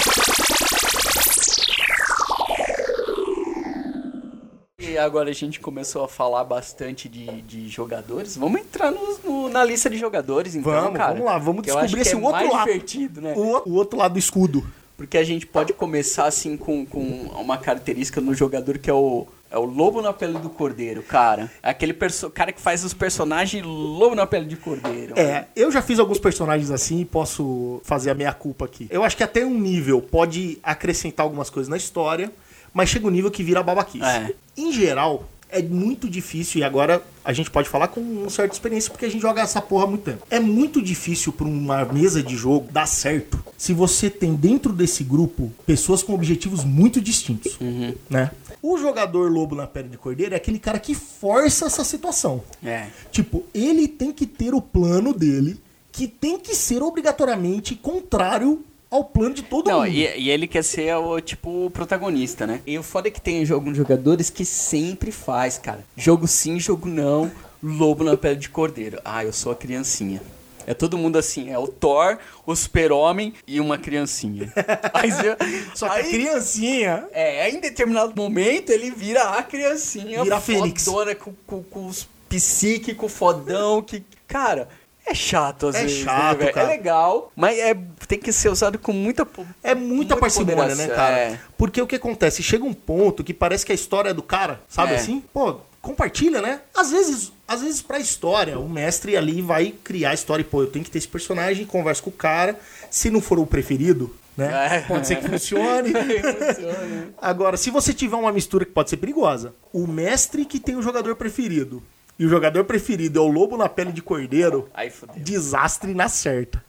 E agora a gente começou a falar bastante de, de jogadores. Vamos entrar no, no, na lista de jogadores, então, vamos, cara. Vamos lá, vamos descobrir esse é outro mais lado. divertido, né? O, o outro lado do escudo. Porque a gente pode começar, assim, com, com uma característica no jogador que é o, é o lobo na pele do cordeiro, cara. É aquele perso- cara que faz os personagens lobo na pele de cordeiro. É, né? eu já fiz alguns personagens assim e posso fazer a meia-culpa aqui. Eu acho que até um nível pode acrescentar algumas coisas na história, mas chega um nível que vira babaquice. É. Em geral, é muito difícil, e agora a gente pode falar com uma certa experiência, porque a gente joga essa porra há muito tempo. É muito difícil pra uma mesa de jogo dar certo se você tem dentro desse grupo pessoas com objetivos muito distintos, uhum. né? O jogador lobo na pele de cordeiro é aquele cara que força essa situação. É. Tipo, ele tem que ter o plano dele, que tem que ser obrigatoriamente contrário ao plano de todo Não, mundo. E, e ele quer ser o, tipo, o protagonista, né? E o foda é que tem alguns jogadores que sempre faz, cara. Jogo sim, jogo não, lobo na pele de cordeiro. Ah, eu sou a criancinha. É todo mundo assim, é o Thor, o Super-Homem e uma criancinha. Aí, Só que aí, a criancinha... É, aí em determinado momento ele vira a criancinha. Vira a Fênix. Fodona, com, com, com os psíquico fodão, que... Cara... É chato às é vezes, chato, né, cara. É legal, mas é, tem que ser usado com muita... É muita parcimônia, né, cara? É. Porque o que acontece? Chega um ponto que parece que a história é do cara, sabe É. assim? Pô, compartilha, né? Às vezes, às vezes pra história, o mestre ali vai criar a história e, pô, eu tenho que ter esse personagem, conversa com o cara. Se não for o preferido, né? É. Pode ser que funcione. Funciona. Agora, se você tiver uma mistura que pode ser perigosa, o mestre que tem o jogador preferido e o jogador preferido é o lobo na pele de cordeiro, Aí fodeu. desastre na certa.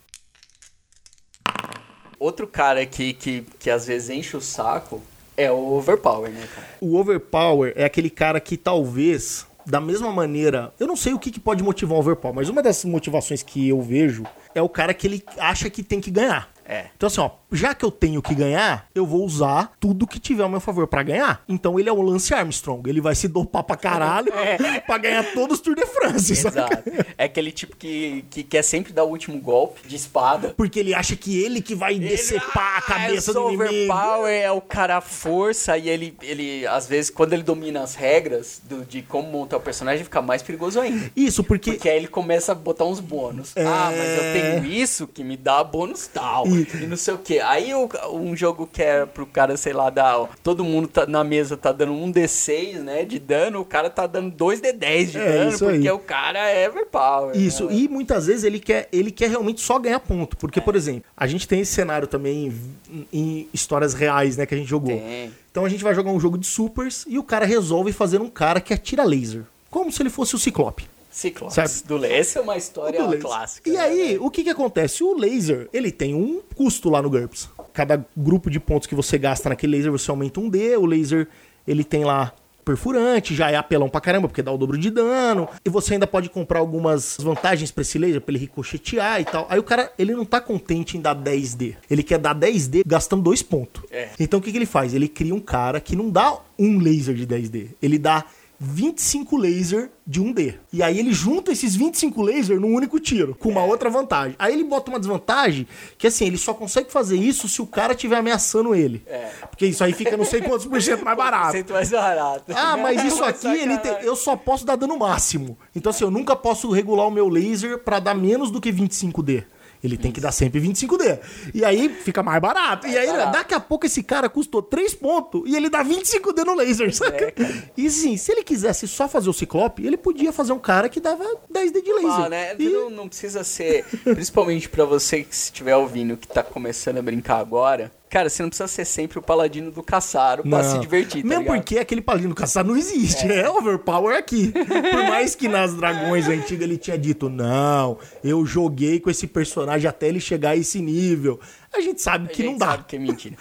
Outro cara que, que, que às vezes enche o saco é o Overpower, né, cara? O Overpower é aquele cara que talvez, da mesma maneira... Eu não sei o que, que pode motivar o Overpower, mas uma das motivações que eu vejo é o cara que ele acha que tem que ganhar. É. Então assim, ó, já que eu tenho que ganhar, eu vou usar tudo que tiver ao meu favor pra ganhar. Então ele é o Lance Armstrong, ele vai se dopar pra caralho É. pra ganhar todos os Tour de France, saca? Exato. É aquele tipo que, que quer sempre dar o último golpe de espada. Porque ele acha que ele que vai decepar a cabeça ah, do inimigo. Overpower é o cara força e ele, ele, às vezes, quando ele domina as regras do, de como montar o personagem, fica mais perigoso ainda. Isso, porque... Porque aí ele começa a botar uns bônus. É. Ah, mas eu tenho isso que me dá bônus tal. E- E não sei o que. Aí o- um jogo que é pro cara, sei lá, dar. ó, Todo mundo tá, na mesa tá dando um D seis, né? De dano, o cara tá dando dois D dez de É, dano, isso porque aí. o cara é Overpower. Isso, né? e muitas vezes ele quer, ele quer realmente só ganhar ponto. Porque, por exemplo, a gente tem esse cenário também em, em histórias reais, né, que a gente jogou. Tem. Então a gente vai jogar um jogo de supers e o cara resolve fazer um cara que atira laser. Como se ele fosse o Ciclope. Ciclopes. Sabe? Do, essa é uma história Do laser. clássica. E né, aí, velho? o que que acontece? O laser, ele tem um custo lá no GURPS. Cada grupo de pontos que você gasta naquele laser, você aumenta um D. O laser, ele tem lá perfurante, já é apelão pra caramba, porque dá o dobro de dano. E você ainda pode comprar algumas vantagens pra esse laser, pra ele ricochetear e tal. Aí o cara, ele não tá contente em dar dez D. Ele quer dar dez D gastando dois pontos. É. Então o que que ele faz? Ele cria um cara que não dá um laser de dez D. Ele dá vinte e cinco laser de um D. E aí ele junta esses vinte e cinco laser num único tiro, com uma outra vantagem. Aí ele bota uma desvantagem, que assim, ele só consegue fazer isso se o cara estiver ameaçando ele. É. Porque isso aí fica não sei quantos por cento mais barato. Cento mais barato. Ah, mas isso aqui ele te- eu só posso dar dano máximo. Então assim, eu nunca posso regular o meu laser pra dar menos do que vinte e cinco D. Ele tem que dar sempre vinte e cinco D. E aí fica mais barato. E aí, barato. daqui a pouco, esse cara custou três pontos e ele dá vinte e cinco D no laser, saca? É, cara. E sim, se ele quisesse só fazer o Ciclope, ele podia fazer um cara que dava dez D de laser. Ah, né? E- Não, não precisa ser. Principalmente pra você que estiver ouvindo, que tá começando a brincar agora. Cara, você não precisa ser sempre o paladino do caçaro pra Não. se divertir, tá Mesmo ligado? porque aquele paladino caçado não existe. É. Overpower aqui. Por mais que nas Dragões antigas ele tinha dito, não, eu joguei com esse personagem até ele chegar a esse nível. A gente sabe A que gente não dá. sabe que é mentira.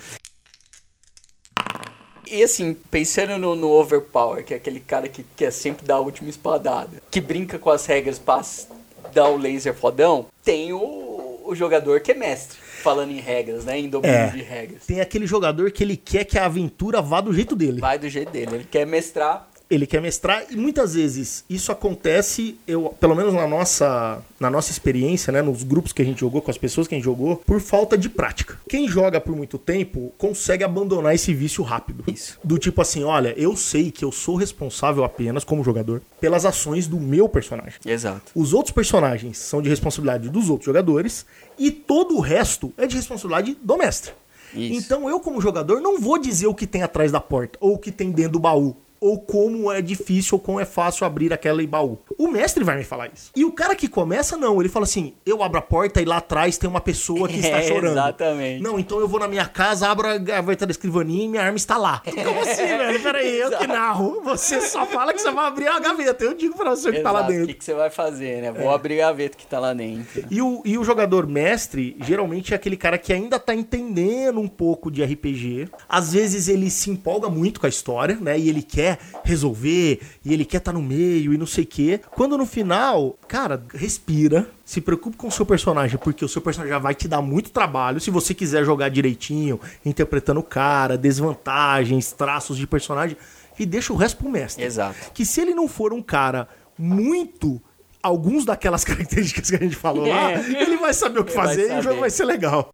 E assim, pensando no, no Overpower, que é aquele cara que quer sempre dar a última espadada, que brinca com as regras pra dar o laser fodão, tem o, o jogador que é mestre, falando em regras, né? Em domínio É. de regras. Tem aquele jogador que ele quer que a aventura vá do jeito dele. Vai do jeito dele, ele quer mestrar. Ele quer mestrar e muitas vezes isso acontece, eu, pelo menos na nossa, na nossa experiência, né, nos grupos que a gente jogou, com as pessoas que a gente jogou, por falta de prática. Quem joga por muito tempo consegue abandonar esse vício rápido. Isso. Do tipo assim, olha, eu sei que eu sou responsável apenas, como jogador, pelas ações do meu personagem. Exato. Os outros personagens são de responsabilidade dos outros jogadores e todo o resto é de responsabilidade do mestre. Isso. Então eu, como jogador, não vou dizer o que tem atrás da porta ou o que tem dentro do baú. Ou como é difícil ou como é fácil abrir aquele baú. O mestre vai me falar isso. E o cara que começa, não. Ele fala assim, eu abro a porta e lá atrás tem uma pessoa que está É, chorando. exatamente. Não, então eu vou na minha casa, abro a gaveta da escrivaninha e minha arma está lá. Como assim, velho? Peraí, eu que narro. Você só fala que você vai abrir a gaveta. Eu digo pra você o que tá lá Exato. O dentro. que, que você vai fazer, né? Vou abrir a gaveta que tá lá dentro. E o, e o jogador mestre, geralmente é aquele cara que ainda tá entendendo um pouco de R P G. Às vezes ele se empolga muito com a história, né? E ele quer resolver, e ele quer estar no meio e não sei o quê. Quando no final, cara, respira, se preocupe com o seu personagem, porque o seu personagem já vai te dar muito trabalho. Se você quiser jogar direitinho, interpretando o cara, desvantagens, traços de personagem, e deixa o resto pro mestre. Exato. Que se ele não for um cara muito alguns daquelas características que a gente falou lá, É. ele vai saber o que Ele vai fazer e o jogo saber. vai ser legal.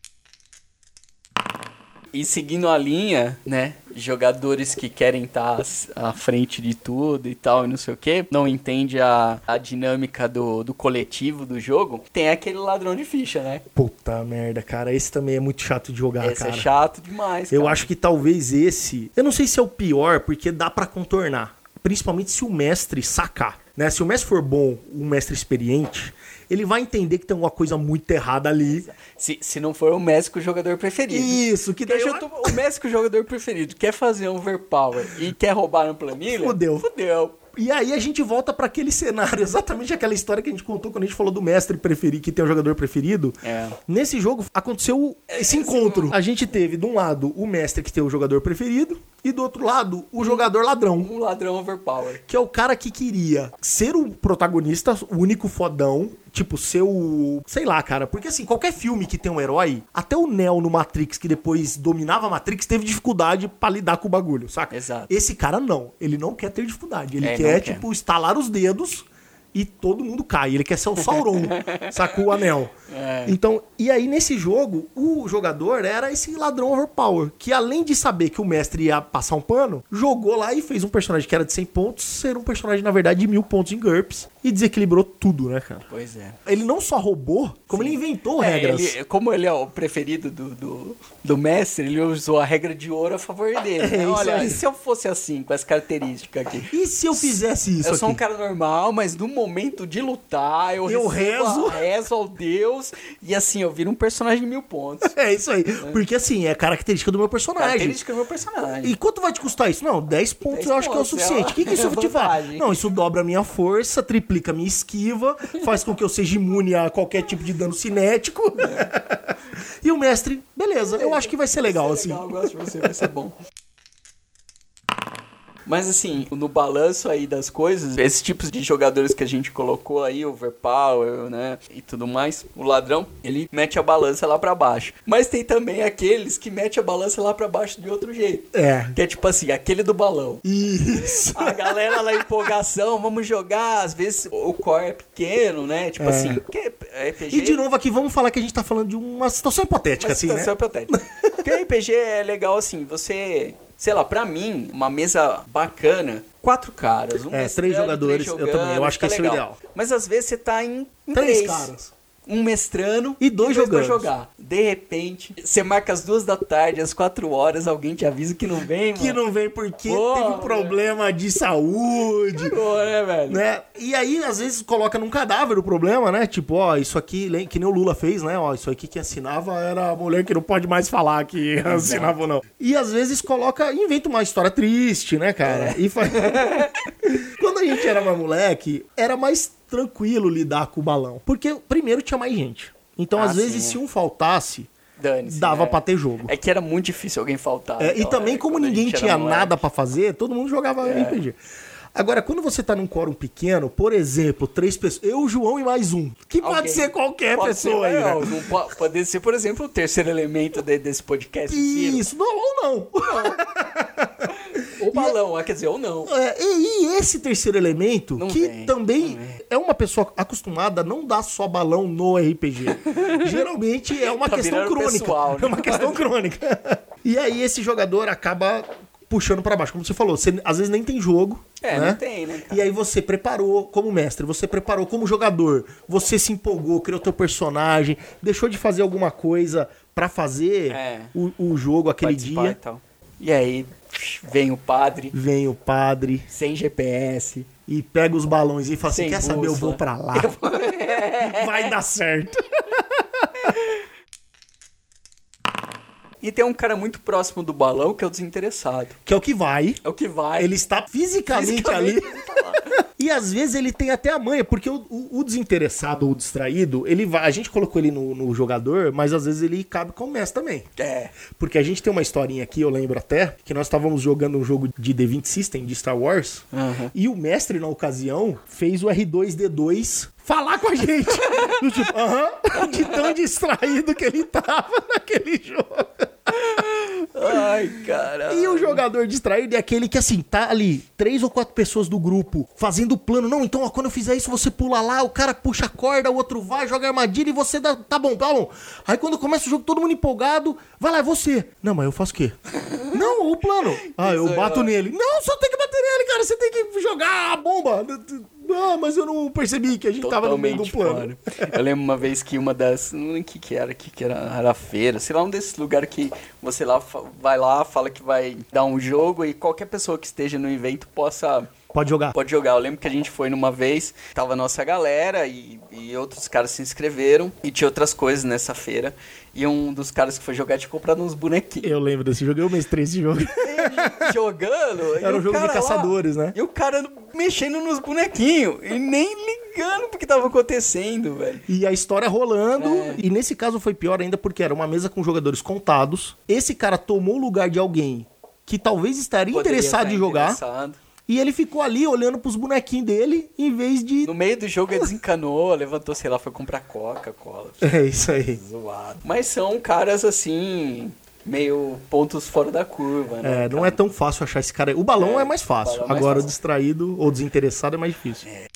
E seguindo a linha, né, jogadores que querem estar à frente de tudo e tal, e não sei o que, não entende a, a dinâmica do, do coletivo do jogo, tem aquele ladrão de ficha, né? Puta merda, cara. Esse também é muito chato de jogar, Esse cara. é chato demais, Eu cara. acho que talvez esse... Eu não sei se é o pior, porque dá pra contornar. Principalmente se o mestre sacar, né? Se o mestre for bom, um mestre experiente, ele vai entender que tem alguma coisa muito errada ali. Se, se não for o Messi com o jogador preferido. Isso, que daí... Deixa eu- eu tu- O Messi com o jogador preferido quer fazer um overpower e quer roubar no planilha? Fudeu. Fudeu. E aí a gente volta pra aquele cenário, exatamente aquela história que a gente contou quando a gente falou do mestre preferido, que tem um jogador preferido. É. Nesse jogo aconteceu esse encontro. A gente teve, de um lado, o mestre que tem o jogador preferido, e do outro lado, o jogador ladrão. Um ladrão overpower. Que é o cara que queria ser o protagonista, o único fodão, tipo, ser o... Sei lá, cara, porque assim, qualquer filme que tem um herói, até o Neo no Matrix, que depois dominava a Matrix, teve dificuldade pra lidar com o bagulho, saca? Exato. Esse cara não, ele não quer ter dificuldade, ele É, quer, não quer. tipo, estalar os dedos e todo mundo cai, ele quer ser o Sauron, sacou o anel. É. Então, e aí nesse jogo, o jogador era esse ladrão overpower, que além de saber que o mestre ia passar um pano, jogou lá e fez um personagem que era de cem pontos, ser um personagem, na verdade, de mil pontos em GURPS, e desequilibrou tudo, né, cara? Pois é. Ele não só roubou, como Sim. ele inventou É, regras. ele- como ele é o preferido do, do, do mestre, ele usou a regra de ouro a favor dele. né? É, isso Olha, aí. e se eu fosse assim, com essa característica aqui? E se eu fizesse isso eu sou um aqui? cara normal, mas no momento de lutar, eu, Eu recebo rezo. a- rezo ao Deus, e assim, eu viro um personagem de mil pontos. É isso aí. Porque assim, é característica do meu personagem. Característica do meu personagem. E quanto vai te custar isso? Não, dez pontos dez eu acho que é o pontos, suficiente. é O que, que isso uma te faz? vantagem. Não, isso dobra a minha força, triplica a minha esquiva, faz com que eu seja imune a qualquer tipo de dano cinético. E o mestre, beleza, eu acho que vai ser legal, Vai assim. ser legal, eu gosto de você, vai ser bom. Mas assim, no balanço aí das coisas, esses tipos de jogadores que a gente colocou aí, overpower, né, e tudo mais, o ladrão, ele mete a balança lá pra baixo. Mas tem também aqueles que mete a balança lá pra baixo de outro jeito. É. Que é tipo assim, aquele do balão. Isso. A galera lá, empolgação, vamos jogar, às vezes o core é pequeno, né, tipo É. assim, porque é R P G... E de novo aqui, vamos falar que a gente tá falando de uma situação hipotética, Uma assim, situação né? hipotética. Porque R P G é legal assim, você... Sei lá, pra mim, uma mesa bacana, quatro caras. Um É, mestrando, três jogadores, três eu também, eu acho que fica esse é o legal. ideal. Mas às vezes você tá em, em Três três. caras. Um mestrando E dois pra jogando. jogar. De repente, você marca as duas da tarde, às quatro horas, alguém te avisa que não vem, Que mano. não vem porque Pô, teve um problema de saúde. Pô, né, velho? Né? E aí, às vezes, coloca num cadáver o problema, né? Tipo, ó, isso aqui, lem- que nem o Lula fez, né? Ó, isso aqui que assinava era a mulher que não pode mais falar que assinava ou não. E às vezes coloca, inventa uma história triste, né, cara? E faz... Quando a gente era mais moleque, era mais tranquilo lidar com o balão. Porque, primeiro, tinha mais gente. Então, Ah, às vezes, sim, se é. um faltasse, Dane-se, dava né? pra ter jogo. É que era muito difícil alguém faltar. É, e naquela também, época, como quando a ninguém gente era tinha moleque. nada pra fazer, todo mundo jogava R P G. Agora, quando você tá num quórum pequeno, por exemplo, três pessoas, eu, o João e mais um, que pode Alguém. ser qualquer Pode pessoa ser, aí, é, né? não po- Pode ser, por exemplo, o terceiro elemento de- desse podcast. Ciro. Isso, não, ou não. Ou balão, ah, quer dizer, ou não. É, e, e esse terceiro elemento, Não que vem, também não vem. é uma pessoa acostumada a não dar só balão no R P G. Geralmente é uma Tá questão virando crônica. pessoal, né? É uma questão crônica. E aí esse jogador acaba puxando pra baixo. Como você falou, você às vezes nem tem jogo. É, né? não tem, né, cara? E aí você preparou como mestre, você preparou como jogador, você se empolgou, criou teu personagem, deixou de fazer alguma coisa pra fazer É. o, o jogo aquele Participar dia. E, tal. E aí, vem o padre, Vem o padre sem G P S. e pega os balões e fala assim, Sem quer saber, eu bússola. vou pra lá. Vai dar certo. E tem um cara muito próximo do balão que é o desinteressado. Que é o que vai. É o que vai. Ele está fisicamente, Fisicamente, ali. ele tá lá. E às vezes ele tem até a manha, porque o, o- o desinteressado ou o distraído, ele vai. A gente colocou ele no, no jogador, mas às vezes ele cabe como mestre também. É. Porque a gente tem uma historinha aqui, eu lembro até, que nós estávamos jogando um jogo de D vinte System, de Star Wars, Aham. e o mestre, na ocasião, fez o R dois D dois falar com a gente. Do tipo, aham, de tão distraído que ele tava naquele jogo. Ai, cara. E o jogador jogador distraído é aquele que, assim, tá ali, três ou quatro pessoas do grupo fazendo o plano. Não, então, ó, quando eu fizer isso, você pula lá, o cara puxa a corda, o outro vai, joga armadilha e você dá... Tá bom, tá bom. Aí quando começa o jogo, todo mundo empolgado, vai lá, é você. Não, mas eu faço o quê? Não, o plano. Ah, eu bato nele. Não, só tem que bater nele, cara. Você tem que jogar a bomba. Não, mas eu não percebi que a gente Totalmente tava no meio do plano. Fora. Eu lembro uma vez que uma das... Não lembro o que que era, que que era, era feira. Sei lá, um desses lugares que você lá vai lá, fala que vai dar um jogo e qualquer pessoa que esteja no evento possa... Pode jogar. Pode jogar. Eu lembro que a gente foi numa vez, tava a nossa galera e, e outros caras se inscreveram e tinha outras coisas nessa feira. E um dos caras que foi jogar tinha comprado uns bonequinhos. Eu lembro desse jogo, eu mestrei esse jogo. Ele jogando. Era um jogo de caçadores, lá, né? E o cara mexendo nos bonequinhos e nem ligando pro que tava acontecendo, velho. E a história rolando. É. E nesse caso foi pior ainda porque era uma mesa com jogadores contados. Esse cara tomou o lugar de alguém que talvez estaria Poderia interessado em jogar. Interessado. E ele ficou ali olhando pros bonequinhos dele, em vez de... No meio do jogo ele desencanou, levantou, sei lá, foi comprar Coca-Cola. É isso aí. Zoado. Mas são caras, assim, meio pontos fora da curva, né? É, não cara? É tão fácil achar esse cara aí. O balão é, é mais fácil. É mais Agora fácil. O distraído ou desinteressado é mais difícil. É.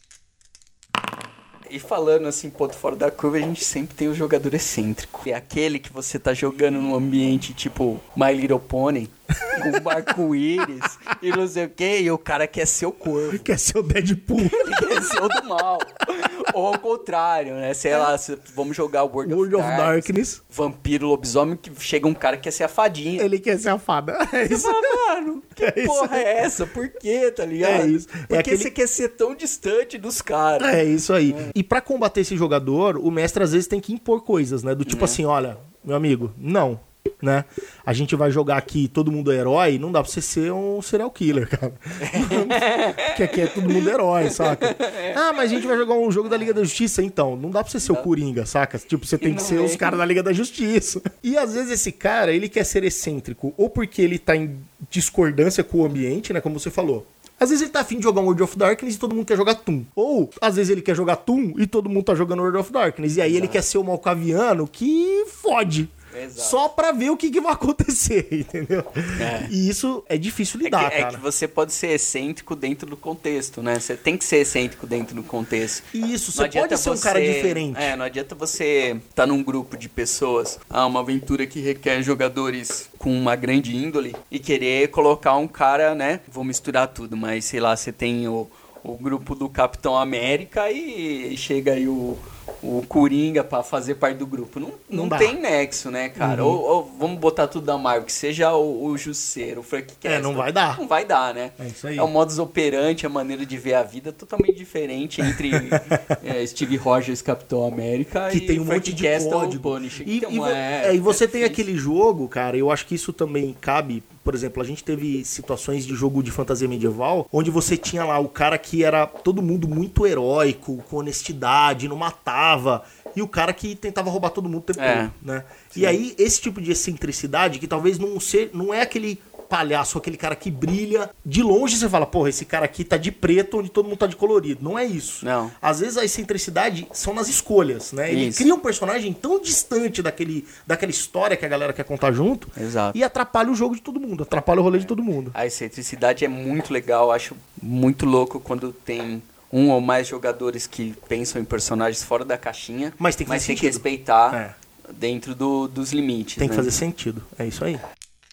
E falando assim, ponto fora da curva, a gente sempre tem o jogador excêntrico. É aquele que você tá jogando num ambiente tipo My Little Pony, com arco-íris e não sei o que, e o cara quer ser o corvo. Quer ser o Deadpool. Ele quer ser o do mal. Ou ao contrário, né? Sei lá, vamos jogar World, World of, of Darkness. Darkness. Vampiro, lobisomem, que chega um cara que quer ser a fadinha. Ele quer ser a fada. É isso. Você fala, mano, que é porra isso. É essa? Por quê, tá ligado? É isso. Por é que aquele... você quer ser tão distante dos caras? É isso aí. É. E pra combater esse jogador, o mestre às vezes tem que impor coisas, né? Do tipo é. assim, olha, meu amigo, não. Né? A gente vai jogar aqui, todo mundo é herói, não dá pra você ser um serial killer, cara. Porque aqui é todo mundo herói, saca? Ah, mas a gente vai jogar um jogo da Liga da Justiça, então. Não dá pra você ser não. o Coringa, saca? Tipo, você tem que ser é. os caras da Liga da Justiça. E às vezes esse cara, ele quer ser excêntrico, ou porque ele tá em discordância com o ambiente, né? Como você falou. Às vezes ele tá afim de jogar um World of Darkness e todo mundo quer jogar Toon. Ou, às vezes ele quer jogar Toon e todo mundo tá jogando World of Darkness. E aí Exato. Ele quer ser o malcaviano que fode. Exato. Só pra ver o que, que vai acontecer, entendeu? É. E isso é difícil lidar, é que, cara. É que você pode ser excêntrico dentro do contexto, né? Você tem que ser excêntrico dentro do contexto. Isso, você pode ser um você, cara diferente. É, não adianta você estar tá num grupo de pessoas, ah, uma aventura que requer jogadores com uma grande índole e querer colocar um cara, né? Vou misturar tudo, mas sei lá, você tem o, o grupo do Capitão América e chega aí o... o Coringa pra fazer parte do grupo. Não, não, não tem nexo, né, cara? Uhum. Ou, ou vamos botar tudo da Marvel, que seja o, o Jusceiro, o Frank Castle. É, não vai dar. Não vai dar, né? É isso aí. É o modus operandi, a maneira de ver a vida totalmente diferente entre é, Steve Rogers, Capitão América que e tem um Frank monte de Castle, código. Punisher. E, então, e, é, é, e você é tem aquele jogo, cara, eu acho que isso também cabe... Por exemplo, a gente teve situações de jogo de fantasia medieval onde você tinha lá o cara que era todo mundo muito heróico, com honestidade, não matava, e o cara que tentava roubar todo mundo o tempo é, todo, né? E aí, esse tipo de excentricidade, que talvez não, ser, não é aquele palhaço, aquele cara que brilha, de longe você fala, porra, esse cara aqui tá de preto onde todo mundo tá de colorido. Não é isso. Não. Às vezes a excentricidade são nas escolhas, né? Ele isso. cria um personagem tão distante daquele, daquela história que a galera quer contar junto. Exato. E atrapalha o jogo de todo mundo, atrapalha o rolê é. de todo mundo. A excentricidade é muito legal, eu acho muito louco quando tem um ou mais jogadores que pensam em personagens fora da caixinha, mas tem que, mas tem que sentido. respeitar é. dentro do, dos limites. Tem né? que fazer sentido, é isso aí.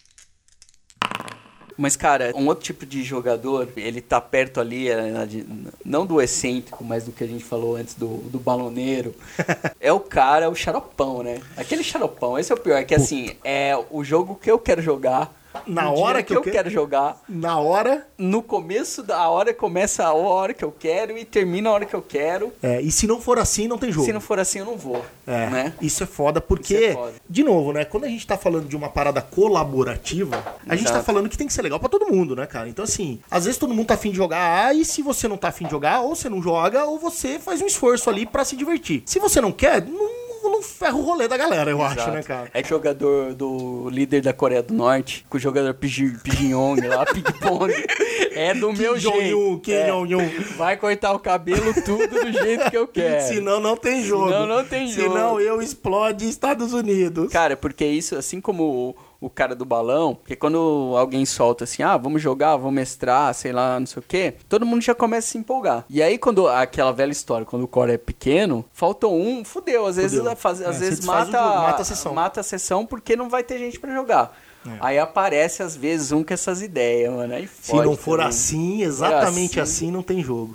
Mas, cara, um outro tipo de jogador, ele tá perto ali, não do excêntrico, mas do que a gente falou antes, do, do baloneiro. É o cara, o xaropão, né? Aquele xaropão, esse é o pior, que assim, é o jogo que eu quero jogar. Na hora que, que eu, eu que... quero jogar. Na hora. No começo da hora, começa a hora que eu quero e termina a hora que eu quero. É, e se não for assim, não tem jogo. Se não for assim, eu não vou. É, né? Isso é foda, porque, é foda. De novo, né? Quando a gente tá falando de uma parada colaborativa, a Exato. gente tá falando que tem que ser legal pra todo mundo, né, cara? Então, assim, às vezes todo mundo tá afim de jogar, ah, e se você não tá afim de jogar, ou você não joga, ou você faz um esforço ali pra se divertir. Se você não quer, não. não ferra o rolê da galera, eu Exato. acho, né, cara? É que o jogador do líder da Coreia do Norte, com o jogador Pijinhong lá, ping-pong, é do meu Kim jeito. Kim é. Jong-un. Vai cortar o cabelo tudo do jeito que eu quero. Senão não tem jogo. Senão não tem jogo. Senão eu explode Estados Unidos. Cara, porque isso, assim como o cara do balão, porque quando alguém solta assim, ah, vamos jogar, vamos mestrar, sei lá, não sei o quê, todo mundo já começa a se empolgar. E aí, quando aquela velha história, quando o core é pequeno, faltou um, fudeu. Às vezes, Fudeu. Faz, às É, vezes você desfaz mata, o jogo, mata a sessão. mata a sessão porque não vai ter gente pra jogar. É. Aí aparece, às vezes, um com essas ideias, mano. Aí Se não for também. assim, exatamente assim. assim, não tem jogo.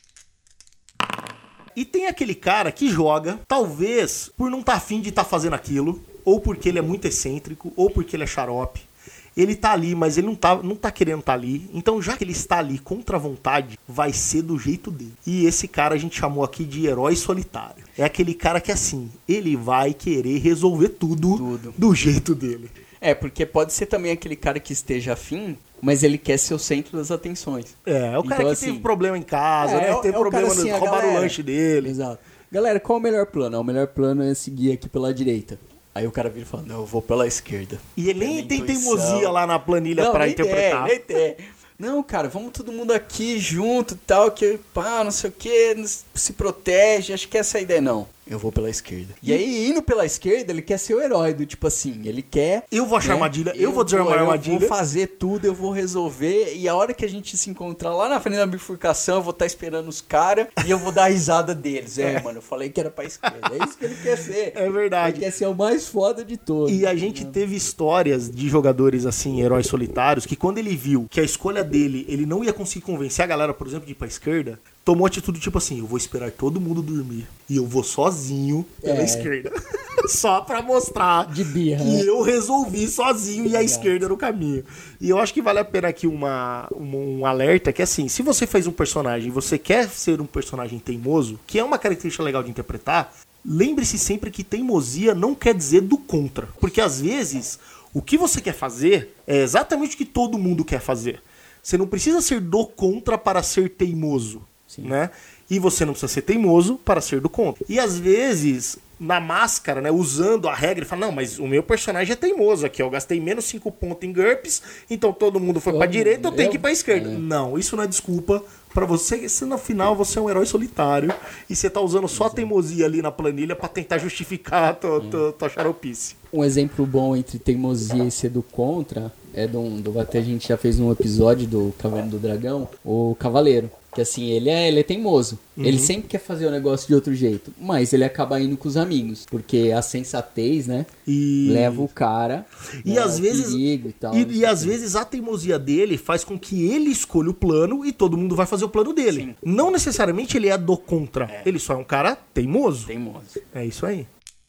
E tem aquele cara que joga, talvez por não estar tá afim de estar tá fazendo aquilo, ou porque ele é muito excêntrico, ou porque ele é xarope. Ele tá ali, mas ele não tá, não tá querendo estar tá ali. Então, já que ele está ali contra a vontade, vai ser do jeito dele. E esse cara a gente chamou aqui de herói solitário. É aquele cara que, assim, ele vai querer resolver tudo, tudo. do jeito dele. É, porque pode ser também aquele cara que esteja afim, mas ele quer ser o centro das atenções. É, é o cara então, que assim, teve problema em casa, é, né? é, Teve é o problema, cara, assim, no, roubaram galera, o lanche dele. Exato. Galera, qual é o melhor plano? O melhor plano é seguir aqui pela direita. Aí o cara vira e fala, não, eu vou pela esquerda. E ele nem tem intuição. teimosia lá na planilha não, pra nem interpretar. Tem, nem tem. Não, cara, vamos todo mundo aqui junto e tal, que pá, não sei o que, se protege, acho que essa é a ideia. Não, eu vou pela esquerda. E aí, indo pela esquerda, ele quer ser o herói, do tipo assim, ele quer... Eu vou achar né, armadilha, eu, eu vou desarmar a armadilha. Eu vou fazer tudo, eu vou resolver, e a hora que a gente se encontrar lá na frente da bifurcação, eu vou estar esperando os caras e eu vou dar a risada deles. É, mano, eu falei que era pra esquerda, é isso que ele quer ser. É verdade. Ele quer ser o mais foda de todos. E a gente né? teve histórias de jogadores assim, heróis solitários, que quando ele viu que a escolha dele, ele não ia conseguir convencer a galera, por exemplo, de ir pra esquerda, tomou atitude tipo assim, eu vou esperar todo mundo dormir e eu vou sozinho pela é. esquerda. Só pra mostrar de birra, que né? eu resolvi sozinho e a esquerda era o caminho. E eu acho que vale a pena aqui uma, um, um alerta, que é assim, se você fez um personagem e você quer ser um personagem teimoso, que é uma característica legal de interpretar, lembre-se sempre que teimosia não quer dizer do contra. Porque às vezes, o que você quer fazer é exatamente o que todo mundo quer fazer. Você não precisa ser do contra para ser teimoso. Sim. Né? E você não precisa ser teimoso para ser do contra. E às vezes, na máscara, né, usando a regra, ele fala, não, mas o meu personagem é teimoso aqui, eu gastei menos cinco pontos em GURPS, então todo mundo foi para direita, eu tenho que ir para esquerda. É. Não, isso não é desculpa para você, se no final você é um herói solitário e você tá usando só a teimosia ali na planilha para tentar justificar a tua, tua, tua xaropice. Um exemplo bom entre teimosia e ser do contra é do, do até a gente já fez um episódio do Caverna do Dragão, o Cavaleiro. Que assim, ele é, ele é teimoso. Uhum. Ele sempre quer fazer o negócio de outro jeito. Mas ele acaba indo com os amigos. Porque a sensatez, né? E... leva o cara. E né, às vezes. E, tal, e, e às vezes a teimosia dele faz com que ele escolha o plano e todo mundo vai fazer o plano dele. Sim. Não necessariamente ele é do contra. É. Ele só é um cara teimoso. Teimoso. É isso aí.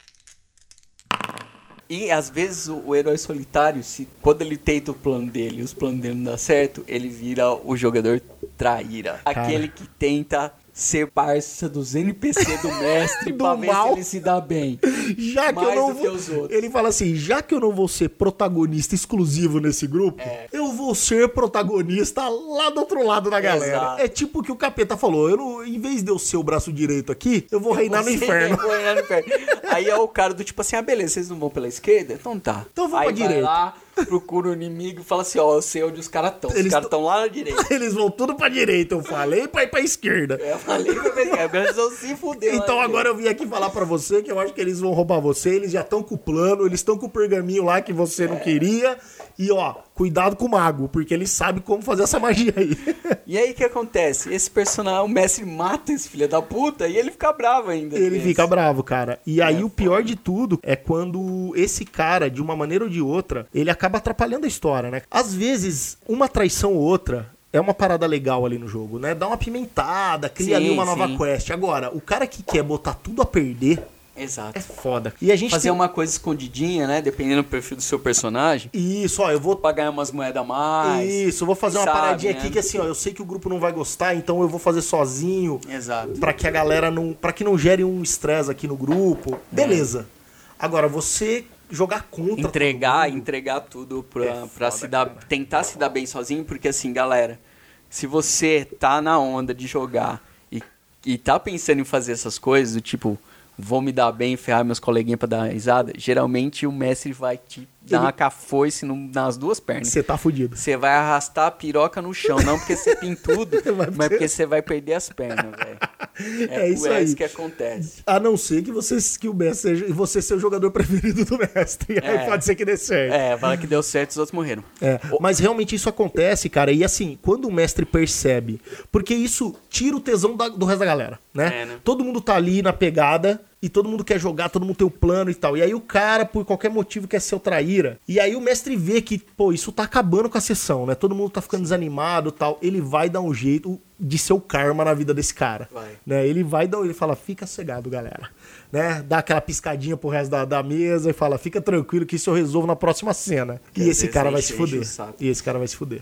E às vezes o, o herói solitário, se, quando ele tenta o plano dele e os planos dele não dão certo, ele vira o jogador traíra. Cara. Aquele que tenta ser parça dos N P C do mestre do pra ver mal. Se ele se dá bem. Já que mais eu não do vou... que os outros. Ele fala assim, já que eu não vou ser protagonista exclusivo nesse grupo, é. eu vou ser protagonista lá do outro lado da galera. Exato. É tipo o que o capeta falou, eu não, em vez de eu ser o braço direito aqui, eu vou eu reinar vou no inferno. Eu vou reinar no inferno. Aí é o cara do tipo assim, ah beleza, vocês não vão pela esquerda? Então tá. Então eu vou aí pra direita. Lá, procura o inimigo e fala assim, ó, eu sei onde os caras estão. Os caras estão lá na direita. Eles vão tudo pra direita, eu falei pra ir pra esquerda. Eu falei pra esquerda, agora eles vão se fuder. Então agora eu vim aqui falar pra você que eu acho que eles vão roubar você, eles já estão com o plano, eles estão com o pergaminho lá que você é. não queria. E ó, cuidado com o mago, porque ele sabe como fazer essa magia aí. E aí o que acontece? Esse personagem, o mestre mata esse filho da puta e ele fica bravo ainda. Ele esse. fica bravo, cara. E aí é, o pior de tudo é quando esse cara, de uma maneira ou de outra, ele acaba atrapalhando a história, né? Às vezes, uma traição ou outra é uma parada legal ali no jogo, né? Dá uma pimentada, cria sim, ali uma nova sim. quest. Agora, o cara que quer botar tudo a perder... Exato. É foda. E a gente fazer tem... uma coisa escondidinha, né? Dependendo do perfil do seu personagem. Isso, ó, eu vou... pra ganhar umas moedas a mais. Isso, eu vou fazer uma sabe, paradinha né? aqui que assim, ó, eu sei que o grupo não vai gostar, então eu vou fazer sozinho. Exato. Pra que a galera não... pra que não gere um estresse aqui no grupo. Beleza. É. Agora, você... jogar contra entregar entregar tudo pra, é pra foda, se dar, tentar se dar bem sozinho, porque assim, galera, se você tá na onda de jogar e, e tá pensando em fazer essas coisas, do tipo, vou me dar bem, ferrar meus coleguinhas pra dar uma risada, geralmente o mestre vai te dar Ele... uma cafoice no, nas duas pernas. Você tá fudido. Você vai arrastar a piroca no chão, não porque você tem tudo, mas porque você vai perder as pernas, velho. É, é isso é aí. isso que acontece. A não ser que você, que o mestre seja, você seja o jogador preferido do mestre. É. Aí pode ser que dê certo. É, fala que deu certo, os outros morreram. É, mas realmente isso acontece, cara. E assim, quando o mestre percebe, porque isso tira o tesão da, do resto da galera, né? É, né? Todo mundo tá ali na pegada e todo mundo quer jogar, todo mundo tem o plano e tal. E aí o cara, por qualquer motivo, quer ser o traíra. E aí o mestre vê que, pô, isso tá acabando com a sessão, né? Todo mundo tá ficando desanimado e tal. Ele vai dar um jeito de ser o karma na vida desse cara. Vai. Né? Ele vai dar, ele fala, fica cegado, galera. Né? Dá aquela piscadinha pro resto da, da mesa e fala, fica tranquilo que isso eu resolvo na próxima cena. Que e esse vezes cara vai enche- se fuder. enche o saco. E esse cara vai se fuder.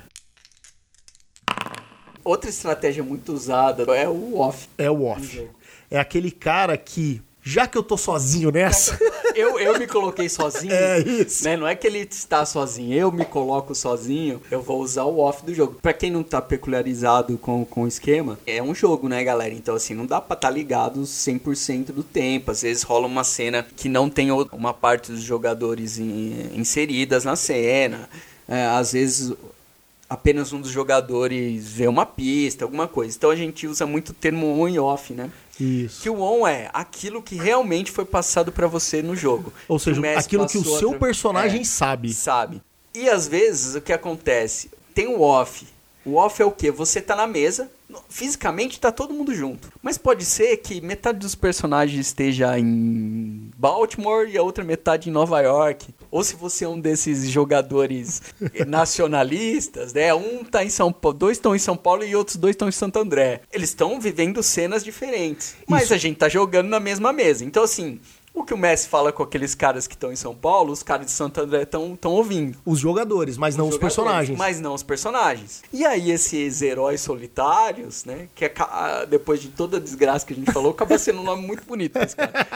Outra estratégia muito usada é o off. É o off. É aquele cara que, já que eu tô sozinho nessa... Eu, eu me coloquei sozinho. É isso. Né? Não é que ele está sozinho, eu me coloco sozinho, eu vou usar o off do jogo. Pra quem não tá peculiarizado com, com o esquema, é um jogo, né, galera? Então, assim, não dá pra estar ligado cem por cento do tempo. Às vezes rola uma cena que não tem uma parte dos jogadores in, inseridas na cena. É, às vezes... apenas um dos jogadores vê uma pista, alguma coisa. Então a gente usa muito o termo on e off, né? Isso. Que o on é aquilo que realmente foi passado pra você no jogo. Ou seja, mestre aquilo que o passou seu atra- personagem é, sabe. Sabe. E às vezes o que acontece? Tem o off. O off é o quê? Você tá na mesa, fisicamente tá todo mundo junto. Mas pode ser que metade dos personagens esteja em Baltimore e a outra metade em Nova York. Ou se você é um desses jogadores nacionalistas, né? Um tá em São Paulo, dois estão em São Paulo e outros dois estão em Santo André. Eles estão vivendo cenas diferentes. Mas Isso. a gente tá jogando na mesma mesa. Então, assim, o que o Messi fala com aqueles caras que estão em São Paulo, os caras de Santo André estão ouvindo. Os jogadores, mas não os, Jogadores, personagens. Mas não os personagens. E aí esses heróis solitários, né? Que aca- depois de toda a desgraça que a gente falou, acaba sendo um nome muito bonito pra esse cara.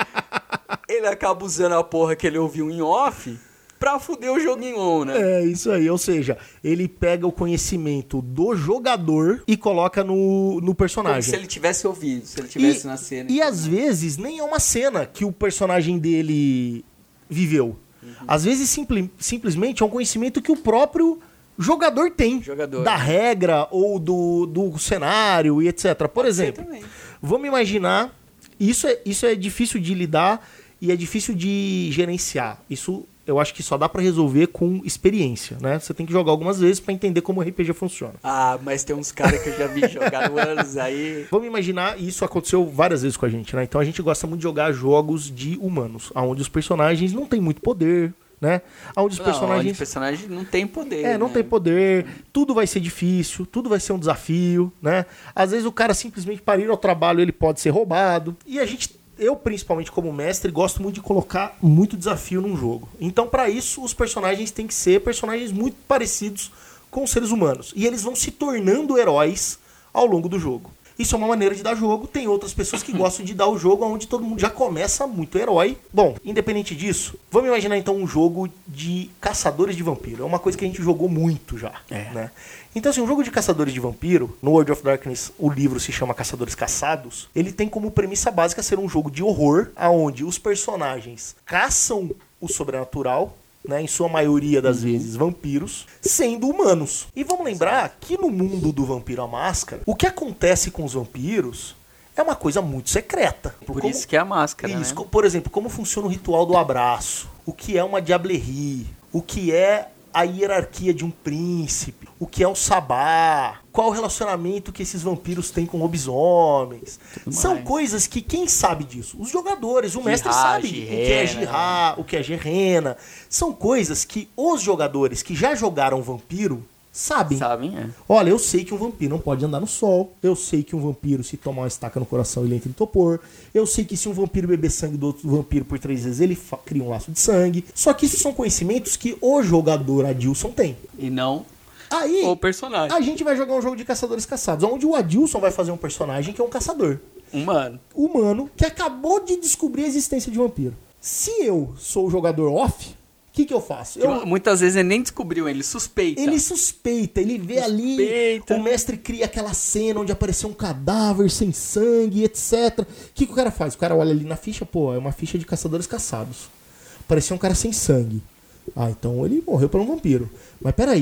Ele acaba usando a porra que ele ouviu em off pra fuder o jogo em on, né? É, isso aí. Ou seja, ele pega o conhecimento do jogador e coloca no, no Como personagem. se ele tivesse ouvido, se ele tivesse e, na cena. E às vezes nem é uma cena que o personagem dele viveu. Uhum. Às vezes simpli- simplesmente é um conhecimento que o próprio jogador tem. Jogador. Da regra ou do, do cenário e etcétera. Por Pode ser exemplo, também. vamos imaginar... Isso é, isso é difícil de lidar e é difícil de gerenciar. Isso eu acho que só dá pra resolver com experiência, né? Você tem que jogar algumas vezes pra entender como o R P G funciona. Ah, mas tem uns caras que eu já vi jogar no anos aí. Vamos imaginar, e isso aconteceu várias vezes com a gente, né? Então a gente gosta muito de jogar jogos de humanos, onde os personagens não têm muito poder, né? Onde os Não, personagens... onde o personagem não tem poder. É, não né? tem poder, tudo vai ser difícil, tudo vai ser um desafio, né? Às vezes o cara simplesmente para ir ao trabalho ele pode ser roubado. E a gente, eu principalmente como mestre, gosto muito de colocar muito desafio num jogo. Então para isso os personagens têm que ser personagens muito parecidos com os seres humanos. E eles vão se tornando heróis ao longo do jogo. Isso é uma maneira de dar jogo. Tem outras pessoas que gostam de dar o jogo onde todo mundo já começa muito herói. Bom, independente disso, vamos imaginar então um jogo de caçadores de vampiro. É uma coisa que a gente jogou muito já, É. né? Então, assim, um jogo de caçadores de vampiro, no World of Darkness, o livro se chama Caçadores Caçados, ele tem como premissa básica ser um jogo de horror, onde os personagens caçam o sobrenatural, né, em sua maioria das vezes vampiros, sendo humanos. E vamos lembrar que no mundo do Vampiro à Máscara, o que acontece com os vampiros é uma coisa muito secreta. Por Como- isso que é a máscara, isso, né? co- por exemplo, como funciona o ritual do abraço, o que é uma diablerie, o que é a hierarquia de um príncipe, o que é o sabá, qual o relacionamento que esses vampiros têm com lobisomens. Tudo São mais. coisas que quem sabe disso? Os jogadores, o mestre Jihá, sabe o que é Girena. Jihá, o que é Gerena. São coisas que os jogadores que já jogaram vampiro sabem. Sabem, é. Olha, eu sei que um vampiro não pode andar no sol. Eu sei que um vampiro, se tomar uma estaca no coração, ele entra em topor. Eu sei que se um vampiro beber sangue do outro vampiro por três vezes, ele fa- cria um laço de sangue. Só que isso são conhecimentos que o jogador Adilson tem. E não Aí, o personagem. a gente vai jogar um jogo de caçadores caçados, onde o Adilson vai fazer um personagem que é um caçador Humano. humano que acabou de descobrir a existência de vampiro. Se eu sou o jogador off, o que, que eu faço? Eu, Muitas vezes ele nem descobriu, ele suspeita. Ele suspeita, ele vê ali, Suspeita. o mestre cria aquela cena onde apareceu um cadáver sem sangue, etcétera. O que, que o cara faz? O cara olha ali na ficha, pô, é uma ficha de caçadores caçados. Apareceu um cara sem sangue. Ah, então ele morreu por um vampiro. Mas peraí,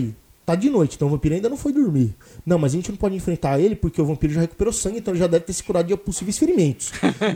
tá de noite, então o vampiro ainda não foi dormir. Não, mas a gente não pode enfrentar ele porque o vampiro já recuperou sangue, então ele já deve ter se curado de possíveis ferimentos.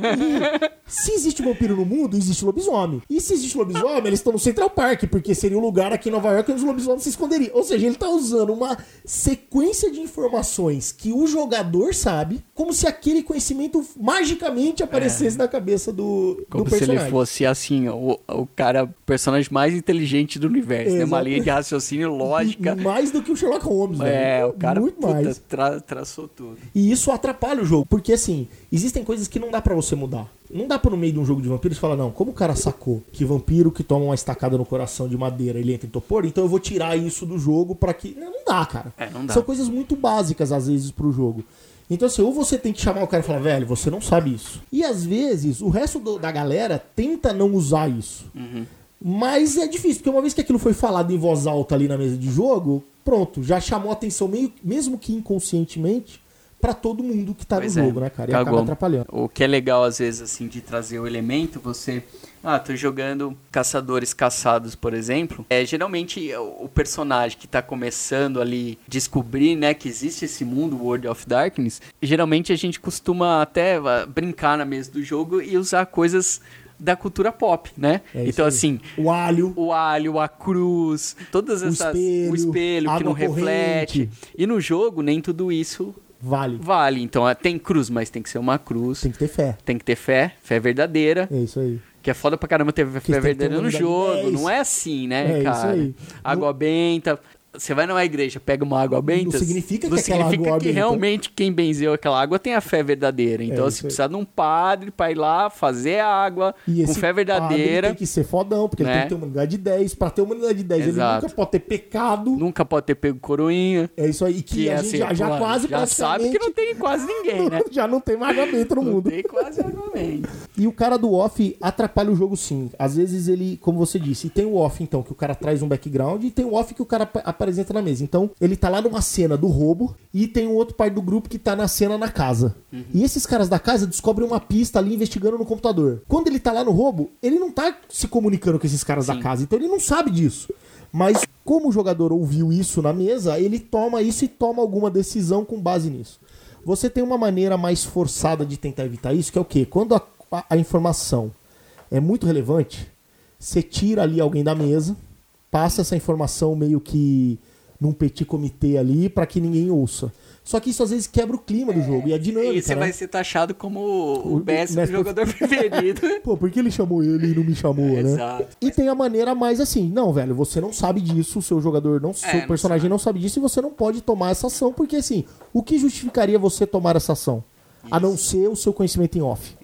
E se existe vampiro no mundo, existe lobisomem. E se existe lobisomem, eles estão no Central Park, porque seria o lugar aqui em Nova York onde os lobisomens se esconderiam. Ou seja, ele tá usando uma sequência de informações que o jogador sabe, como se aquele conhecimento magicamente aparecesse é. na cabeça do, como do personagem. Se ele fosse, assim, o, o cara, o personagem mais inteligente do universo. Né? Uma linha de raciocínio lógica. Mais do que o Sherlock Holmes. É, né? o cara Muito puta, mais. Tra, traçou tudo. E isso atrapalha o jogo, porque assim, existem coisas que não dá pra você mudar. Não dá pra no meio de um jogo de vampiros falar, não, como o cara sacou que vampiro que toma uma estacada no coração de madeira ele entra em topor, então eu vou tirar isso do jogo pra que... Não, não dá, cara. É, não dá. São coisas muito básicas, às vezes, pro jogo. Então assim, ou você tem que chamar o cara e falar, velho, você não sabe isso. E às vezes, o resto do, da galera tenta não usar isso. Uhum. Mas é difícil, porque uma vez que aquilo foi falado em voz alta ali na mesa de jogo, pronto, já chamou a atenção, meio, mesmo que inconscientemente, pra todo mundo que tá pois no é, jogo, né, cara? E cagou. Acaba atrapalhando. O que é legal, às vezes, assim, de trazer o elemento, você... Ah, tô jogando Caçadores Caçados, por exemplo. É, geralmente, o personagem que tá começando ali descobrir, né, que existe esse mundo, World of Darkness, geralmente a gente costuma até brincar na mesa do jogo e usar coisas... da cultura pop, né? É então, assim... O alho. O alho, a cruz, todas o essas... Espelho, o espelho que não corrente. reflete. E no jogo, nem tudo isso... Vale. Vale. Então, tem cruz, mas tem que ser uma cruz. Tem que ter fé. Tem que ter fé. Fé verdadeira. É isso aí. Que é foda pra caramba ter fé verdadeira no jogo. Não é assim, né, é cara? Isso aí. Água no... benta... Você vai numa igreja, pega uma água benta... Não significa não que significa aquela água que benta... realmente quem benzeu aquela água tem a fé verdadeira. Então, é você precisa de um padre pra ir lá fazer a água e com fé verdadeira. Tem que ser fodão, porque né? ele tem que ter uma unidade de dez. Pra ter uma unidade de dez, Exato. Ele nunca pode ter pecado. Nunca pode ter pego coroinha. É isso aí. Que, que a gente assim, já, já quase já sabe que não tem quase ninguém, né? Já não tem mais água benta no não mundo. Não tem quase água benta. E o cara do off atrapalha o jogo sim. Às vezes ele, como você disse, e tem o off então, que o cara traz um background, e tem o off que o cara ap- apresenta na mesa. Então, ele tá lá numa cena do roubo e tem um outro parte do grupo que tá na cena na casa. Uhum. E esses caras da casa descobrem uma pista ali investigando no computador. Quando ele tá lá no roubo, ele não tá se comunicando com esses caras Sim. da casa, então ele não sabe disso. Mas como o jogador ouviu isso na mesa, ele toma isso e toma alguma decisão com base nisso. Você tem uma maneira mais forçada de tentar evitar isso, que é o quê? Quando a, a, a informação é muito relevante, você tira ali alguém da mesa, passa essa informação meio que num petit comitê ali pra que ninguém ouça. Só que isso às vezes quebra o clima do jogo e a dinâmica, E você né? vai ser taxado como o, o péssimo Mestre... jogador preferido. Pô, por que ele chamou ele e não me chamou, é, né? Exato. E tem a maneira mais assim, não, velho, você não sabe disso, o seu jogador, não, é, seu personagem não sabe. não sabe disso e você não pode tomar essa ação, porque assim, o que justificaria você tomar essa ação? Isso. A não ser o seu conhecimento em off.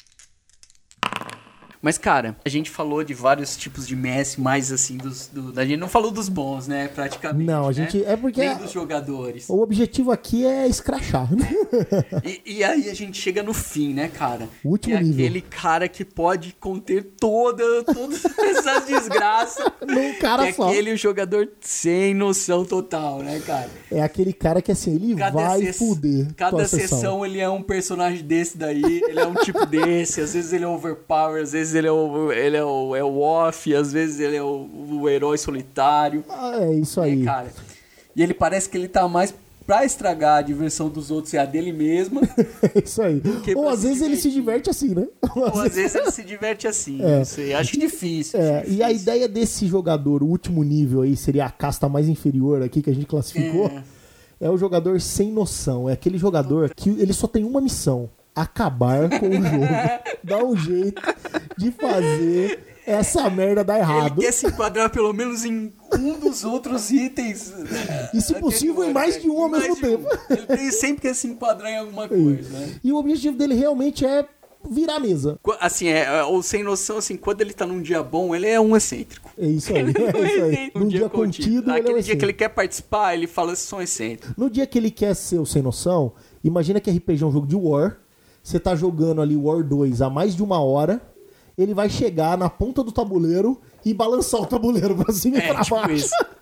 Mas, cara, a gente falou de vários tipos de mestre, mais assim, dos, do, a gente não falou dos bons, né, praticamente. Não, a gente... Né? É porque... Nem dos jogadores. O objetivo aqui é escrachar. E, e aí a gente chega no fim, né, cara? O último é nível. Aquele cara que pode conter toda, todas essas desgraças. Num cara é só. Aquele jogador sem noção total, né, cara? É aquele cara que, assim, ele cada vai ses... fuder. Cada sessão, sessão ele é um personagem desse daí, ele é um tipo desse, às vezes ele é overpower, às vezes ele é o, ele é o, é o off, às vezes ele é o, o herói solitário. Ah, é isso aí. É, cara. E ele parece que ele tá mais pra estragar a diversão dos outros e a dele mesmo. É isso aí. Ou às vezes divertir. ele se diverte assim, né? Ou às, Ou às vezes ele se diverte assim. É. Não sei. Acho difícil. É. Acho difícil. E a ideia desse jogador, o último nível aí, seria a casta mais inferior aqui que a gente classificou. É, é o jogador sem noção. É aquele jogador que ele só tem uma missão: acabar com o jogo. Dar um jeito de fazer essa merda dar errado. Ele quer se enquadrar pelo menos em um dos outros itens. E se possível em mais de um ao mesmo tempo. Um. Ele tem, sempre quer se enquadrar em alguma coisa, né? E o objetivo dele realmente é virar a mesa. Assim, é, ou sem noção, assim, quando ele tá num dia bom, ele é um excêntrico. É isso aí. É isso aí. Num dia, dia contido, contido ele Aquele é um dia que ele quer participar, ele fala assim, sou excêntrico. No dia que ele quer ser o sem noção, imagina que R P G é um jogo de War, você tá jogando ali War dois há mais de uma hora, ele vai chegar na ponta do tabuleiro e balançar o tabuleiro pra cima e é, pra tipo baixo. Isso.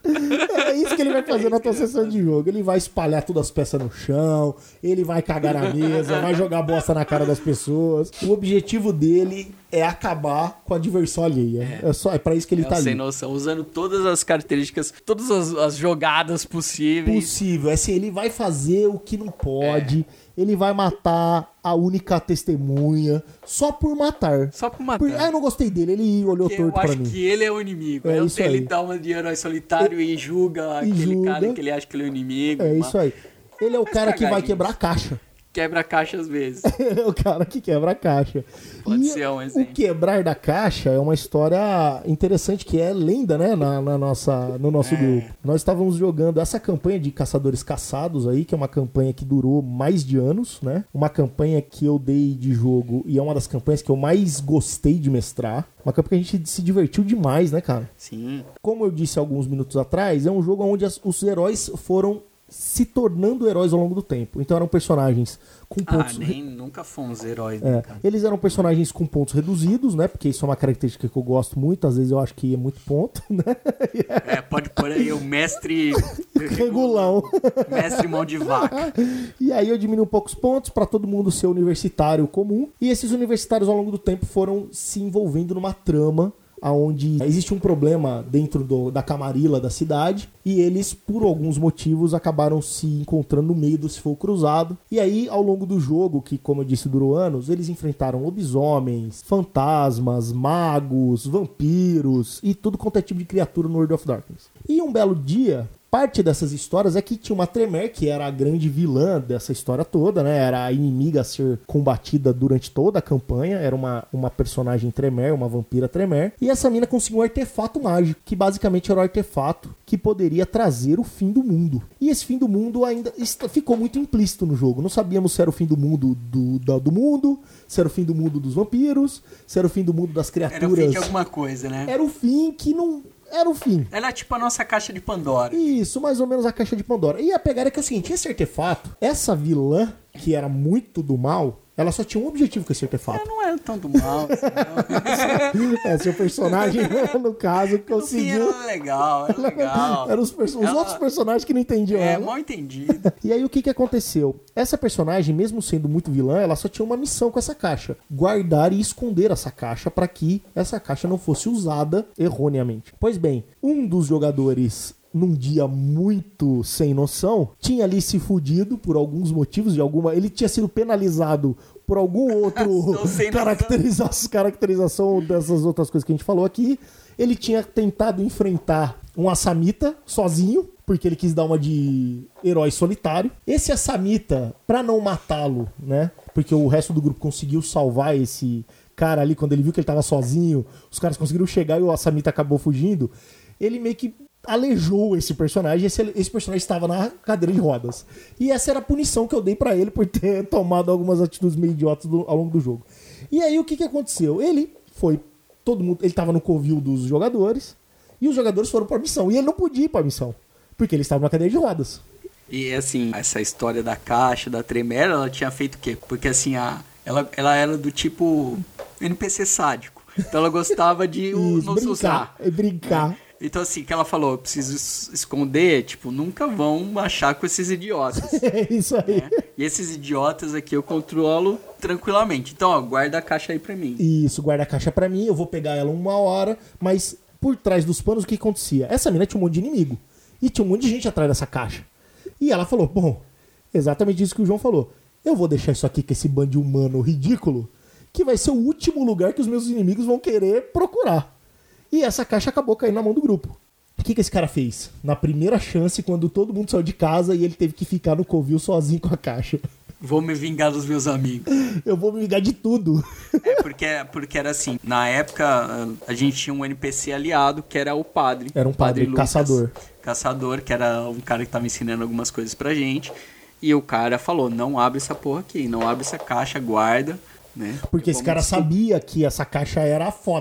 É isso que ele vai fazer na tua sessão de jogo. Ele vai espalhar todas as peças no chão, ele vai cagar na mesa, vai jogar bosta na cara das pessoas. O objetivo dele é acabar com a diversão alheia. É, é, só, é pra isso que ele é tá ali. Sem noção, usando todas as características, todas as, as jogadas possíveis. Possível. É assim, ele vai fazer o que não pode, é. ele vai matar a única testemunha só por matar. Só por matar. Por... Ah, eu não gostei dele, ele olhou Porque torto pra mim. Eu acho que ele é o inimigo. É eu isso ele aí. dá uma de herói solitário e, e julga e aquele julga. cara que ele acha que ele é o inimigo. É uma... isso aí. Ele é o Mas cara que vai cagadinho. quebrar a caixa. Quebra a caixa às vezes. Ele é o cara que quebra a caixa. Pode e ser um o exemplo. quebrar da caixa é uma história interessante que é lenda, né, na, na nossa, no nosso É. grupo. Nós estávamos jogando essa campanha de Caçadores Caçados aí, que é uma campanha que durou mais de anos, né? Uma campanha que eu dei de jogo e é uma das campanhas que eu mais gostei de mestrar. Uma campanha que a gente se divertiu demais, né, cara? Sim. Como eu disse alguns minutos atrás, é um jogo onde as- os heróis foram se tornando heróis ao longo do tempo. Então eram personagens com Ah, pontos... nem, nunca fomos heróis, É, né, cara? eles eram personagens com pontos reduzidos, né? Porque isso é uma característica que eu gosto muito. Às vezes eu acho que é muito ponto, né? É, pode pôr aí o mestre... Regulão. Mestre mão de vaca. E aí eu diminui um pouco os pontos para todo mundo ser universitário comum. E esses universitários ao longo do tempo foram se envolvendo numa trama onde existe um problema dentro do, da camarila da cidade e eles, por alguns motivos, acabaram se encontrando no meio do fogo cruzado. E aí, ao longo do jogo, que como eu disse, durou anos, eles enfrentaram lobisomens, fantasmas, magos, vampiros e tudo quanto é tipo de criatura no World of Darkness. E um belo dia... Parte dessas histórias é que tinha uma Tremere, que era a grande vilã dessa história toda, né? Era a inimiga a ser combatida durante toda a campanha. Era uma, uma personagem Tremere, uma vampira Tremere. E essa mina conseguiu um artefato mágico, que basicamente era o artefato que poderia trazer o fim do mundo. E esse fim do mundo ainda est- ficou muito implícito no jogo. Não sabíamos se era o fim do mundo do, da- do mundo, se era o fim do mundo dos vampiros, se era o fim do mundo das criaturas. Era o fim de alguma coisa, né? Era o fim que não... Era o fim. Ela é tipo a nossa caixa de Pandora. Isso, mais ou menos a caixa de Pandora. E a pegada é que é o seguinte, esse artefato, essa vilã, que era muito do mal, ela só tinha um objetivo com esse artefato. Ela não era tão do mal. Assim, É, seu personagem, no caso, no fim conseguiu... era legal, era legal. Eram os, perso- os Ela- outros personagens que não entendiam É, ela. mal entendido. E aí o que que aconteceu? Essa personagem, mesmo sendo muito vilã, ela só tinha uma missão com essa caixa. Guardar e esconder essa caixa para que essa caixa não fosse usada erroneamente. Pois bem, um dos jogadores... num dia muito sem noção, tinha ali se fudido por alguns motivos, de alguma, ele tinha sido penalizado por algum outro Tô sem noção. caracteriza- caracterização dessas outras coisas que a gente falou aqui. Ele tinha tentado enfrentar um Assamita sozinho, porque ele quis dar uma de herói solitário. Esse Assamita, pra não matá-lo, né? Porque o resto do grupo conseguiu salvar esse cara ali, quando ele viu que ele tava sozinho, os caras conseguiram chegar e o Assamita acabou fugindo. Ele meio que aleijou esse personagem, esse, esse personagem estava na cadeira de rodas. E essa era a punição que eu dei pra ele por ter tomado algumas atitudes meio idiotas do- ao longo do jogo. E aí o que que aconteceu? Ele foi, todo mundo, ele estava no covil dos jogadores, e os jogadores foram pra missão, e ele não podia ir pra missão, porque ele estava na cadeira de rodas. E assim, essa história da caixa, da Tremere, ela tinha feito o quê? Porque assim, a, ela, ela era do tipo N P C sádico. Então ela gostava de o, Isso, nos usar. brincar, é brincar. Então assim, que ela falou, eu preciso es- esconder, tipo, nunca vão achar com esses idiotas. É isso aí. Né? E esses idiotas aqui eu controlo tranquilamente. Então, ó, guarda a caixa aí pra mim. Isso, guarda a caixa pra mim, eu vou pegar ela uma hora, mas por trás dos panos o que acontecia? Essa mina tinha um monte de inimigo, e tinha um monte de gente atrás dessa caixa. E ela falou, bom, exatamente isso que o João falou, eu vou deixar isso aqui com esse bando de humano ridículo, que vai ser o último lugar que os meus inimigos vão querer procurar. E essa caixa acabou caindo na mão do grupo. O que que esse cara fez? Na primeira chance, quando todo mundo saiu de casa e ele teve que ficar no covil sozinho com a caixa. Vou me vingar dos meus amigos. Eu vou me ligar de tudo. É, porque, porque era assim, na época a gente tinha um N P C aliado que era o padre. Era um padre Lucas, caçador. Caçador, que era um cara que tava ensinando algumas coisas pra gente. E o cara falou, não abre essa porra aqui, não abre essa caixa, guarda, né? Porque esse Vamos cara descobrir. sabia que essa caixa era foda.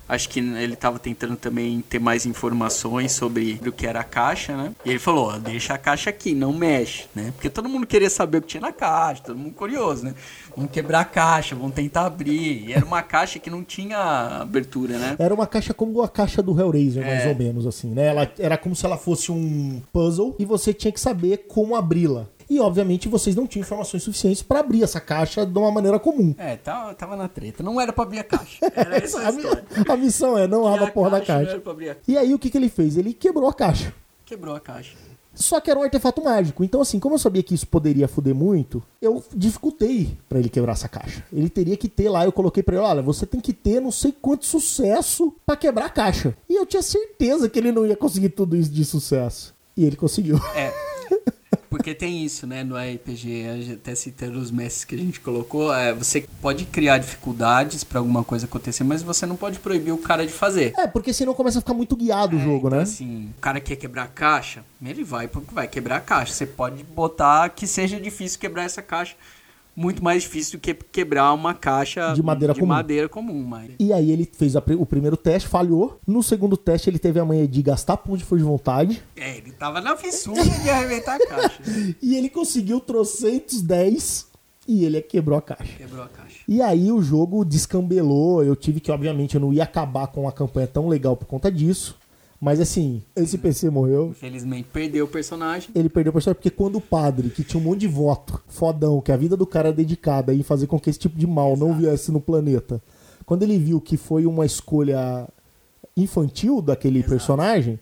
Acho que ele tava tentando também ter mais informações sobre o que era a caixa, né? E ele falou, ó, deixa a caixa aqui, não mexe, né? Porque todo mundo queria saber o que tinha na caixa, todo mundo curioso, né? Vamos quebrar a caixa, vamos tentar abrir. E era uma caixa que não tinha abertura, né? Era uma caixa como a caixa do Hellraiser, É. mais ou menos, assim, né? Ela era como se ela fosse um puzzle e você tinha que saber como abri-la. E, obviamente, vocês não tinham informações suficientes pra abrir essa caixa de uma maneira comum. É, tava, tava na treta. Não era pra abrir a caixa. Era essa a A, história. mi- a missão é, não E abra a porra da Não caixa. era pra abrir a... E aí, o que, que ele fez? Ele quebrou a caixa. Quebrou a caixa. Só que era um artefato mágico. Então, assim, como eu sabia que isso poderia foder muito, eu dificultei pra ele quebrar essa caixa. Ele teria que ter lá, eu coloquei pra ele, olha, você tem que ter não sei quanto sucesso pra quebrar a caixa. E eu tinha certeza que ele não ia conseguir tudo isso de sucesso. E ele conseguiu. É. Porque tem isso, né, no R P G, até citando os mestres que a gente colocou, é, você pode criar dificuldades pra alguma coisa acontecer, mas você não pode proibir o cara de fazer. É, porque senão começa a ficar muito guiado o É, jogo, então, né? assim, o cara quer quebrar a caixa, ele vai porque vai quebrar a caixa. Você pode botar que seja difícil quebrar essa caixa, muito mais difícil do que quebrar uma caixa De madeira de comum. madeira comum, mas... E aí ele fez a pri- o primeiro teste, falhou. No segundo teste ele teve a manha de gastar ponto de força de vontade. É, ele tava na fissura de arrebentar a caixa. E ele conseguiu trocentos dez e ele quebrou a caixa. Quebrou a caixa. E aí o jogo descambelou. Eu tive que, obviamente, eu não ia acabar com uma campanha tão legal por conta disso. Mas assim, esse P C morreu. Infelizmente perdeu o personagem. Ele perdeu o personagem porque quando o padre, que tinha um monte de voto, fodão, que a vida do cara é dedicada em fazer com que esse tipo de mal não viesse no planeta, quando ele viu que foi uma escolha infantil daquele Exato. personagem,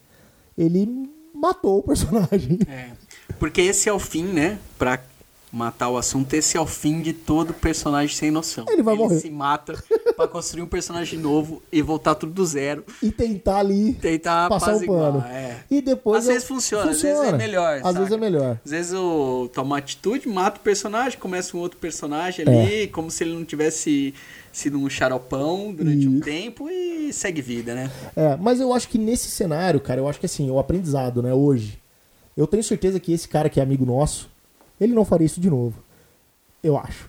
ele matou o personagem. É, porque esse é o fim, né? Pra matar o assunto, esse é o fim de todo personagem sem noção. Ele vai morrer. se mata pra construir um personagem novo e voltar tudo do zero. E tentar ali Tentar passar um apaziguar, pano. é. E depois Às eu- vezes funciona, às vezes é melhor. Às saca? vezes é melhor. Às vezes o toma atitude, mata o personagem, começa um outro personagem ali, como se ele não tivesse sido um xaropão durante um Isso. tempo e segue vida, né? É, mas eu acho que nesse cenário, cara, eu acho que assim, o aprendizado, né, hoje, eu tenho certeza que esse cara que é amigo nosso, ele não faria isso de novo. Eu acho.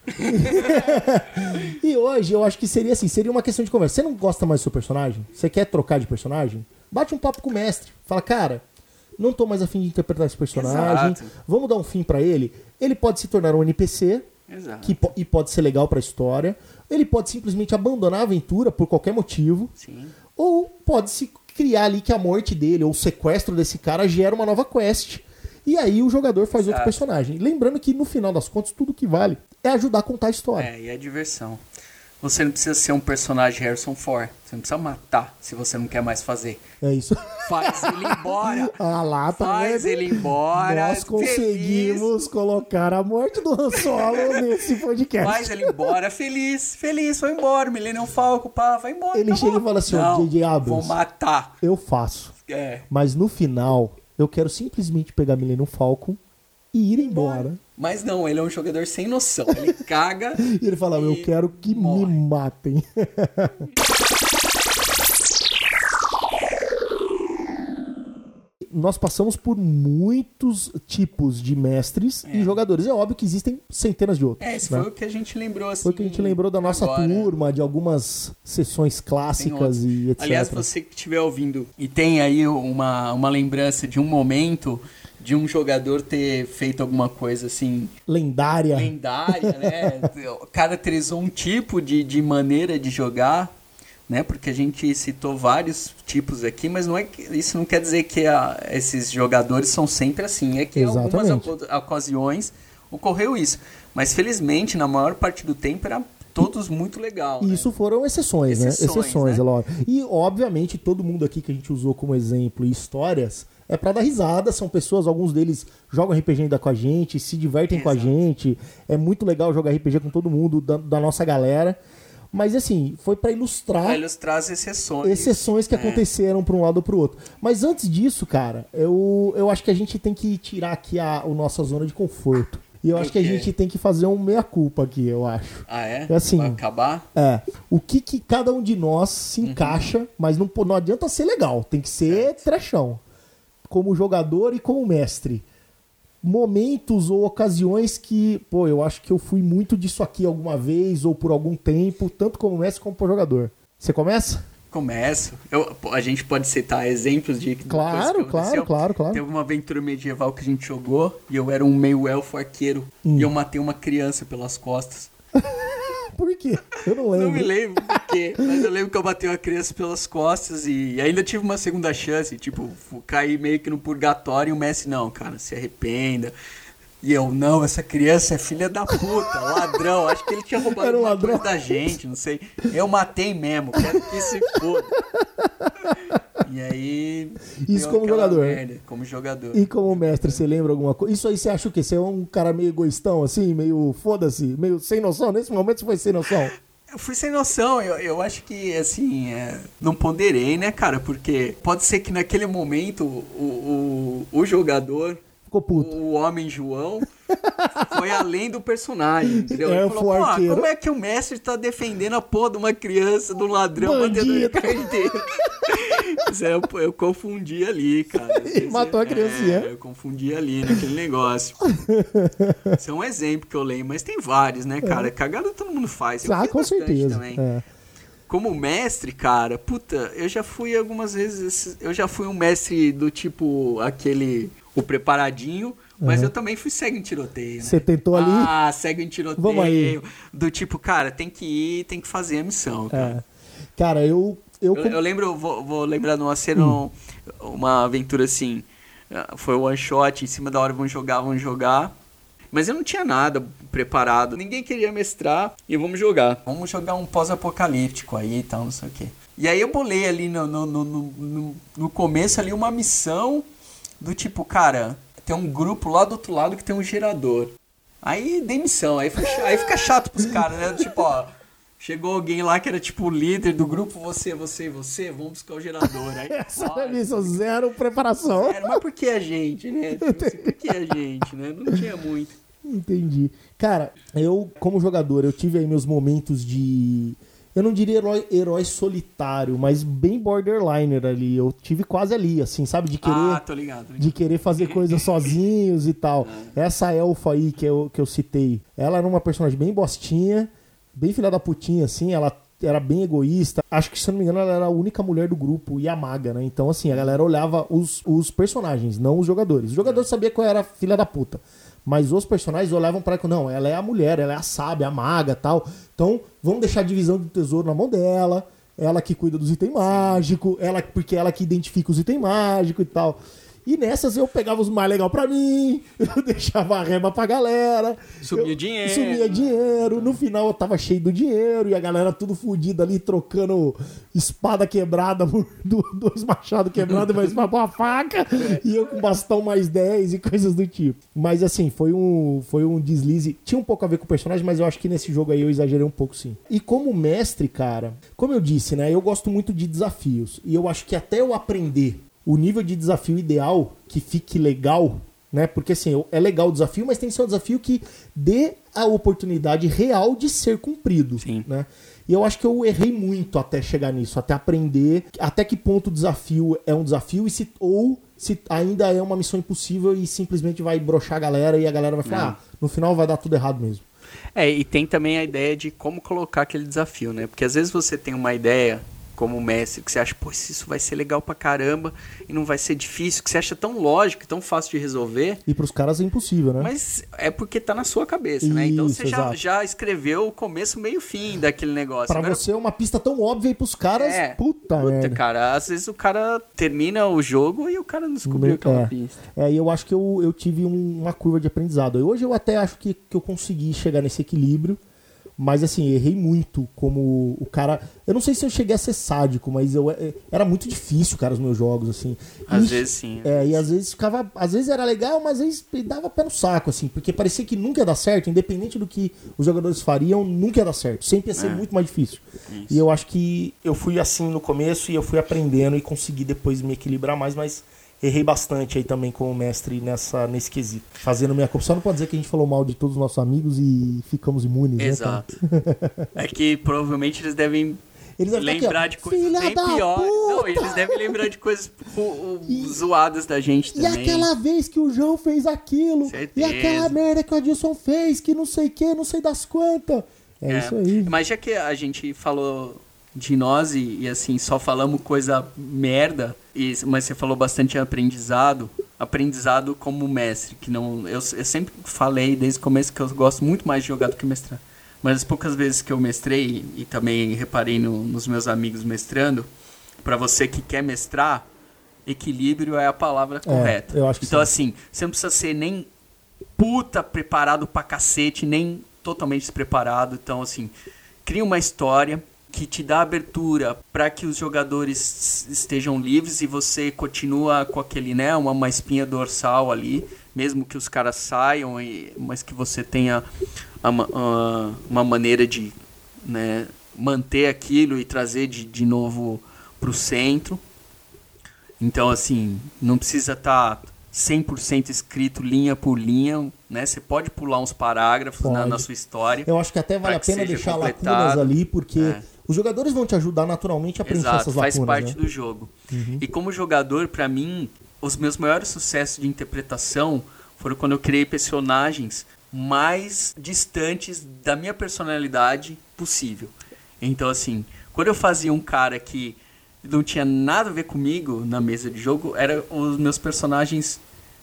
E hoje eu acho que seria assim, seria uma questão de conversa. Você não gosta mais do seu personagem? Você quer trocar de personagem? Bate um papo com o mestre. Fala, cara, não tô mais afim de interpretar esse personagem. Exato. Vamos dar um fim pra ele. Ele pode se tornar um N P C, Exato. que, po- e pode ser legal pra história. Ele pode simplesmente abandonar a aventura por qualquer motivo. Sim. Ou pode se criar ali que a morte dele ou o sequestro desse cara gera uma nova quest. E aí o jogador faz outro Exato. personagem. Lembrando que no final das contas tudo que vale é ajudar a contar a história. É, e é diversão. Você não precisa ser um personagem Harrison Ford. Você não precisa matar se você não quer mais fazer. É isso. Faz ele embora. Ah lá, tá Faz vendo? ele embora. Nós conseguimos Feliz. colocar a morte do Han Solo nesse podcast. Faz ele embora feliz. Feliz, foi embora. Millennium Falcon, pá, vai embora. Ele acabou. chega e fala assim, ó, Não, J J Abrams. vou matar. Eu faço. É. Mas no final, eu quero simplesmente pegar Millennium Falcon e ir embora. Mas não, ele é um jogador sem noção. Ele caga. E ele fala, eu E quero que morre. me matem. Nós passamos por muitos tipos de mestres É. e jogadores. É óbvio que existem centenas de outros. É, esse né? foi o que a gente lembrou assim. Foi o que a gente lembrou da nossa agora. turma, de algumas sessões Tem clássicas outros. e etcétera. Aliás, você que estiver ouvindo e tem aí uma, uma lembrança de um momento de um jogador ter feito alguma coisa assim Lendária. lendária, né? Caracterizou um tipo de, de maneira de jogar, né? Porque a gente citou vários tipos aqui, mas não é que, isso não quer dizer que a, esses jogadores são sempre assim. É que em algumas Exatamente. oco- ocasiões ocorreu isso. Mas felizmente, na maior parte do tempo, era todos muito legal. E né? isso foram exceções, né? Exceções, Exceções, né? é lógico. E, obviamente, todo mundo aqui que a gente usou como exemplo e histórias é pra dar risada. São pessoas, alguns deles jogam R P G ainda com a gente, se divertem com a Exato. gente. É muito legal jogar R P G com todo mundo, da, da nossa galera. Mas, assim, foi pra ilustrar Pra ilustrar as exceções. exceções que É. aconteceram pra um lado ou pro outro. Mas antes disso, cara, eu, eu acho que a gente tem que tirar aqui a, a nossa zona de conforto. E eu Por acho que a quê? gente tem que fazer um meia-culpa aqui, eu acho. Ah, é? É assim. Vai acabar? É, o que que cada um de nós se Uhum. encaixa, mas não, não adianta ser legal, tem que ser trechão. Como jogador e como mestre. Momentos ou ocasiões que, pô, eu acho que eu fui muito disso aqui alguma vez ou por algum tempo, tanto como mestre como por jogador. Você começa? Começo. Eu, a gente pode citar exemplos de... Claro, claro, claro, claro. Teve uma aventura medieval que a gente jogou e eu era um meio elfo arqueiro hum. e eu matei uma criança pelas costas. Por quê? Eu não lembro. Não me lembro por quê, mas eu lembro que eu bati uma criança pelas costas e ainda tive uma segunda chance, tipo, caí meio que no purgatório e o Messi, não, cara, se arrependa. E eu, não, essa criança é filha da puta, ladrão. Acho que ele tinha roubado Era um uma ladrão. coisa da gente, não sei. Eu matei mesmo, quero que se foda. E aí... Isso como jogador. Merda, como jogador. E como mestre, você lembra alguma coisa? Isso aí você acha o quê? Você é um cara meio egoístão, assim, meio foda-se, meio sem noção? Nesse momento você foi sem noção? Eu fui sem noção, eu, eu acho que, assim, é, não ponderei, né, cara? Porque pode ser que naquele momento o, o, o jogador... Ficou puto. O homem João foi além do personagem, entendeu? É, Ele falou, pô, arqueiro. como é que o mestre tá defendendo a porra de uma criança, de um ladrão batendo no carteiro? eu, eu confundi ali, cara. E matou a criancinha. É, eu confundi ali naquele negócio. Isso é um exemplo que eu lembro, mas tem vários, né, cara? É. Cagada todo mundo faz. Eu ah, com certeza. Também. É. Como mestre, cara, puta, eu já fui algumas vezes, eu já fui um mestre do tipo, aquele, o preparadinho, mas uhum. eu também fui cego em tiroteio, né? Você tentou ali? Ah, cego em tiroteio. Vamos aí. Do tipo, cara, tem que ir, tem que fazer a missão, cara. É. Cara, eu... Eu, eu, eu lembro, vou, vou lembrar de uma cena, hum. uma aventura assim, foi o one shot, em cima da hora vamos jogar, vamos jogar... Mas eu não tinha nada preparado. Ninguém queria mestrar e vamos jogar. Vamos jogar um pós-apocalíptico aí e tal, não sei o quê. E aí eu bolei ali no, no, no, no, no começo ali uma missão do tipo, cara, tem um grupo lá do outro lado que tem um gerador. Aí dei missão, aí, fica, aí fica chato pros caras, né? Tipo, ó, chegou alguém lá que era tipo o líder do grupo, você, você e você, vamos buscar o gerador. Aí, essa é missão, zero preparação. Zero, mas por que a gente, né? Tipo, assim, por que a gente, né? Não tinha muito. Entendi. Cara, eu, como jogador, eu tive aí meus momentos de... Eu não diria herói, herói solitário, mas bem borderliner ali. Eu tive quase ali, assim, sabe? De querer, ah, tô ligado, tô ligado. De querer fazer coisas sozinhos e tal. Ah. Essa elfa aí que eu, que eu citei, ela era uma personagem bem bostinha, bem filha da putinha, assim, ela era bem egoísta. Acho que, se eu não me engano, ela era a única mulher do grupo e a maga, né? Então, assim, a galera olhava os, os personagens, não os jogadores. Os jogadores sabiam que eu era filha da puta. Mas os personagens olhavam pra ela, não, ela é a mulher, ela é a sábia, a maga e tal. Então, vamos deixar a divisão do tesouro na mão dela. Ela que cuida dos itens mágicos, ela, porque ela que identifica os itens mágicos e tal. E nessas eu pegava os mais legais pra mim, eu deixava a reba pra galera. Sumia dinheiro. Sumia dinheiro. No final eu tava cheio do dinheiro e a galera tudo fodida ali, trocando espada quebrada, dois machados quebrados e mais uma faca. E eu com bastão mais dez e coisas do tipo. Mas assim, foi um, foi um deslize. Tinha um pouco a ver com o personagem, mas eu acho que nesse jogo aí eu exagerei um pouco sim. E como mestre, cara, como eu disse, né, eu gosto muito de desafios. E eu acho que até eu aprender o nível de desafio ideal que fique legal, né? Porque assim, é legal o desafio, mas tem que ser um desafio que dê a oportunidade real de ser cumprido. Sim. Né? E eu acho que eu errei muito até chegar nisso, até aprender até que ponto o desafio é um desafio e se, ou se ainda é uma missão impossível e simplesmente vai broxar a galera e a galera vai falar, ah, no final vai dar tudo errado mesmo. É, e tem também a ideia de como colocar aquele desafio, né? Porque às vezes você tem uma ideia como mestre, que você acha, pô, isso vai ser legal pra caramba e não vai ser difícil, que você acha tão lógico, tão fácil de resolver. E pros caras é impossível, né? Mas é porque tá na sua cabeça, né? Então Isso, você já, já escreveu o começo, meio, fim daquele negócio. Pra Agora, você é uma pista tão óbvia e pros caras, é, puta, puta merda. cara, às vezes o cara termina o jogo e o cara não descobriu é, aquela pista. É, e eu acho que eu, eu tive um, uma curva de aprendizado. Hoje eu até acho que, que eu consegui chegar nesse equilíbrio. Mas assim, errei muito como o cara... Eu não sei se eu cheguei a ser sádico, mas eu, era muito difícil, cara, os meus jogos, assim. Às e, vezes sim. É, e às vezes ficava... Às vezes era legal, mas às vezes dava pé no saco, assim. Porque parecia que nunca ia dar certo, independente do que os jogadores fariam, nunca ia dar certo. Sempre ia ser é. muito mais difícil. Isso. E eu acho que eu fui assim no começo e eu fui aprendendo e consegui depois me equilibrar mais, mas... Errei bastante aí também como mestre nessa, nesse quesito. Fazendo minha culpa. Só não pode dizer que a gente falou mal de todos os nossos amigos e ficamos imunes, Exato. né? Exato. É que provavelmente eles devem eles lembrar aqui, de coisas bem piores. Não, eles devem lembrar de coisas e, zoadas da gente também. E aquela vez que o João fez aquilo. Certeza. E aquela merda que o Adilson fez, que não sei o que, não sei das quantas. É, é isso aí. Mas já que a gente falou de nós e, e assim, só falamos coisa merda, e, mas você falou bastante aprendizado, aprendizado como mestre, que não, eu, eu sempre falei desde o começo que eu gosto muito mais de jogar do que mestrar. Mas as poucas vezes que eu mestrei, e também reparei no, nos meus amigos mestrando, para você que quer mestrar, equilíbrio é a palavra correta. É, eu acho que então, sim. assim, você não precisa ser nem puta preparado pra cacete, nem totalmente despreparado. Então, assim, cria uma história que te dá abertura para que os jogadores estejam livres e você continua com aquele, né, uma, uma espinha dorsal ali, mesmo que os caras saiam, e, mas que você tenha uma, uma, uma maneira de, né, manter aquilo e trazer de, de novo pro centro. Então, assim, não precisa estar tá cem por cento escrito linha por linha, né? Você pode pular uns parágrafos na, na sua história. Eu acho que até vale a pena deixar lacunas ali, porque é. os jogadores vão te ajudar naturalmente a preencher Exato, essas lacunas. faz parte, né, do jogo. Uhum. E como jogador, pra mim, os meus maiores sucessos de interpretação foram quando eu criei personagens mais distantes da minha personalidade possível. Então, assim, quando eu fazia um cara que não tinha nada a ver comigo na mesa de jogo, eram os meus personagens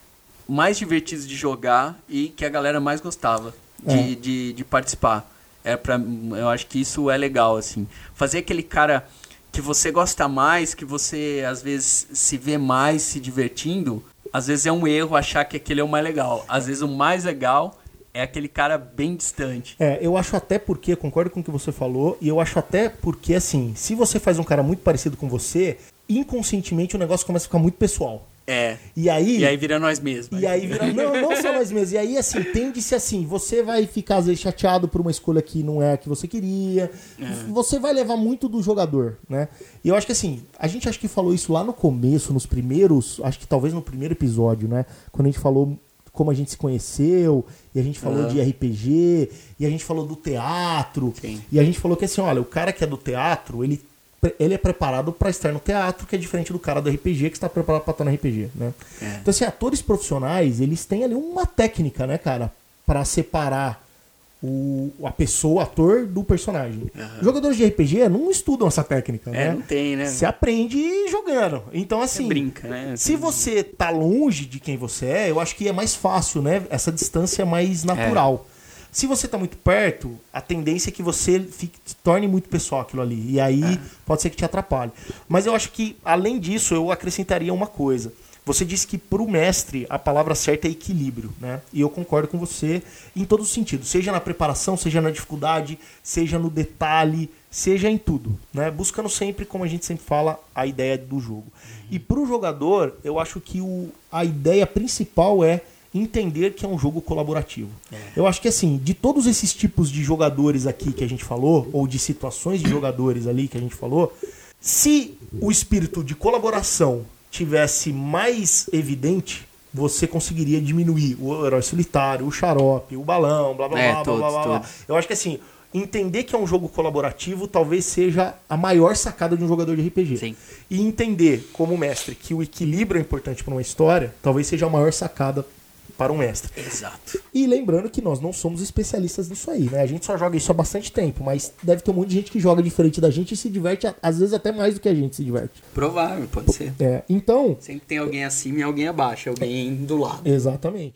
mais divertidos de jogar e que a galera mais gostava de, é. de, de participar. É pra, eu acho que isso é legal, assim. Fazer aquele cara que você gosta mais, que você às vezes se vê mais se divertindo, às vezes é um erro achar que aquele é o mais legal. Às vezes o mais legal é aquele cara bem distante. É, eu acho até porque, concordo com o que você falou, e eu acho até porque, assim, se você faz um cara muito parecido com você, inconscientemente o negócio começa a ficar muito pessoal. É. E aí... E aí vira nós mesmos. E aí vira... Não, não só nós mesmos. E aí, assim, tende-se assim, você vai ficar, às vezes, chateado por uma escolha que não é a que você queria. É. Você vai levar muito do jogador, né? E eu acho que, assim, a gente acho que falou isso lá no começo, nos primeiros... Acho que talvez no primeiro episódio, né? Quando a gente falou como a gente se conheceu, e a gente falou uhum. de R P G, e a gente falou do teatro, Sim. e a gente falou que assim, olha, o cara que é do teatro, ele, ele é preparado para estar no teatro, que é diferente do cara do R P G que está preparado para estar no R P G, né? É. Então assim, atores profissionais, eles têm ali uma técnica, né, cara, para separar o, a pessoa, o ator, do personagem. Uhum. Jogadores de R P G não estudam essa técnica, é, né? Não tem, né? Você aprende jogando. Então, assim, você brinca, né? Se você tá longe de quem você é, eu acho que é mais fácil, né? Essa distância é mais natural. É. Se você tá muito perto, a tendência é que você fique, se torne muito pessoal aquilo ali. E aí é. pode ser que te atrapalhe. Mas eu acho que, além disso, eu acrescentaria uma coisa. Você disse que para o mestre a palavra certa é equilíbrio, né? E eu concordo com você em todos os sentidos. Seja na preparação, seja na dificuldade, seja no detalhe, seja em tudo, né? Buscando sempre, como a gente sempre fala, a ideia do jogo. Uhum. E para o jogador, eu acho que o, a ideia principal é entender que é um jogo colaborativo. É. Eu acho que, assim, de todos esses tipos de jogadores aqui que a gente falou, ou de situações de jogadores ali que a gente falou, se o espírito de colaboração tivesse mais evidente, você conseguiria diminuir o herói solitário, o xarope, o balão, blá blá é, blá, todos, blá, blá, blá. todos. Eu acho que, assim, entender que é um jogo colaborativo talvez seja a maior sacada de um jogador de R P G. Sim. E entender, como mestre, que o equilíbrio é importante para uma história, talvez seja a maior sacada para um mestre. Exato. E lembrando que nós não somos especialistas nisso aí, né? A gente só joga isso há bastante tempo, mas deve ter um monte de gente que joga diferente da gente e se diverte, às vezes até mais do que a gente se diverte. Provável, pode ser. É, então... Sempre tem alguém acima e alguém abaixo, alguém do lado. Exatamente.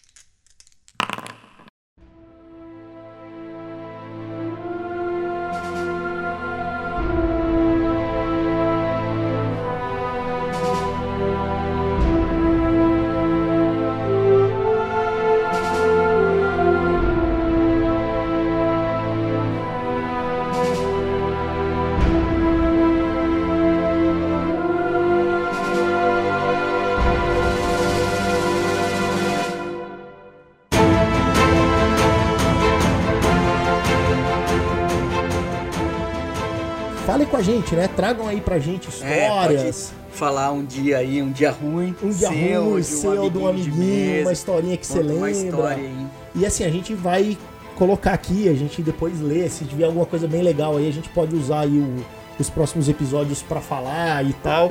Falem com a gente, né? Tragam aí pra gente histórias. É, falar um dia aí, um dia ruim. Um dia seu, ruim, de um seu, de um amiguinho, mesa, uma historinha que você lembra. Uma história aí. E assim, a gente vai colocar aqui, a gente depois lê. Se tiver alguma coisa bem legal aí, a gente pode usar aí o, os próximos episódios pra falar e tal.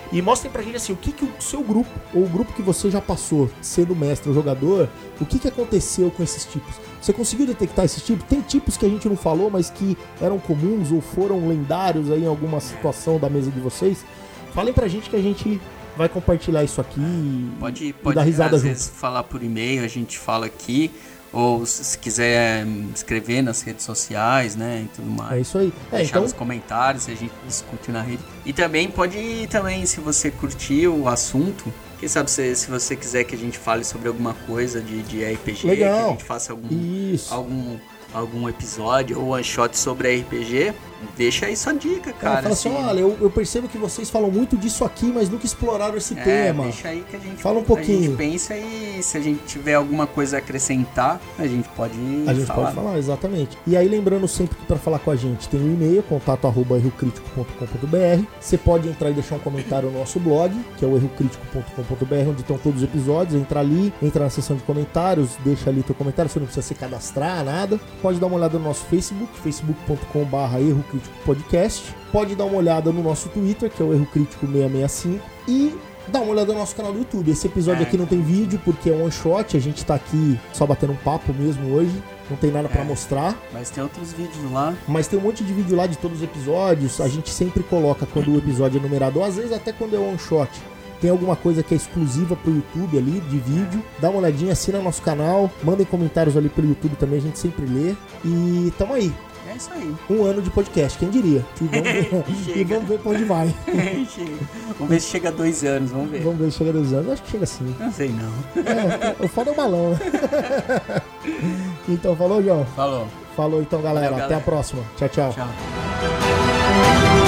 E mostrem pra gente assim, o que, que o seu grupo, ou o grupo que você já passou, sendo mestre ou jogador, o que, que aconteceu com esses tipos? Você conseguiu detectar esses tipos? Tem tipos que a gente não falou, mas que eram comuns ou foram lendários aí em alguma situação da mesa de vocês? Falem pra gente que a gente vai compartilhar isso aqui pode, e pode, dar risada às junto. vezes falar por e-mail, a gente fala aqui. Ou se quiser escrever nas redes sociais, né, e tudo mais. É isso aí. É, deixar então... nos comentários, a gente discute na rede. E também pode, também, se você curtir o assunto, quem sabe se, se você quiser que a gente fale sobre alguma coisa de, de R P G, Legal. que a gente faça algum, Isso. algum, algum episódio ou one shot sobre R P G, deixa aí sua dica, cara. É, fala assim, olha, eu, eu percebo que vocês falam muito disso aqui, mas nunca exploraram esse é, tema. Deixa aí que a gente, fala um pouquinho. A gente pensa e se a gente tiver alguma coisa a acrescentar, a gente pode A gente falar. pode falar, exatamente. E aí lembrando sempre que para falar com a gente tem um e-mail, contato arroba erro crítico ponto com ponto b r. Você pode entrar e deixar um comentário no nosso blog, que é o erro crítico ponto com ponto b r, onde estão todos os episódios. Entra ali, entra na seção de comentários, deixa ali teu comentário, você não precisa se cadastrar, nada. Pode dar uma olhada no nosso Facebook, facebook ponto com barra erro crítico podcast. Pode dar uma olhada no nosso Twitter, que é o erro crítico seiscentos e sessenta e cinco. E dá uma olhada no nosso canal do YouTube. Esse episódio é. aqui não tem vídeo, porque é um one shot. A gente tá aqui só batendo um papo mesmo hoje. Não tem nada pra É. mostrar. Mas tem outros vídeos lá. Mas tem um monte de vídeo lá de todos os episódios. A gente sempre coloca quando o episódio é numerado, ou às vezes até quando é one shot. Tem alguma coisa que é exclusiva pro YouTube ali, de vídeo. Dá uma olhadinha, assina nosso canal. Mandem comentários ali pelo YouTube também, a gente sempre lê. E tamo aí. É isso aí. Um ano de podcast, quem diria? E vamos ver, e vamos ver pra onde vai. Vamos ver se chega a dois anos, vamos ver. Vamos ver se chega a dois anos. Acho que chega sim. Não sei não. É, o foda é o balão, né? Então, falou, João? Falou. Falou então, galera. Valeu, Até galera. a próxima. Tchau, tchau. Tchau.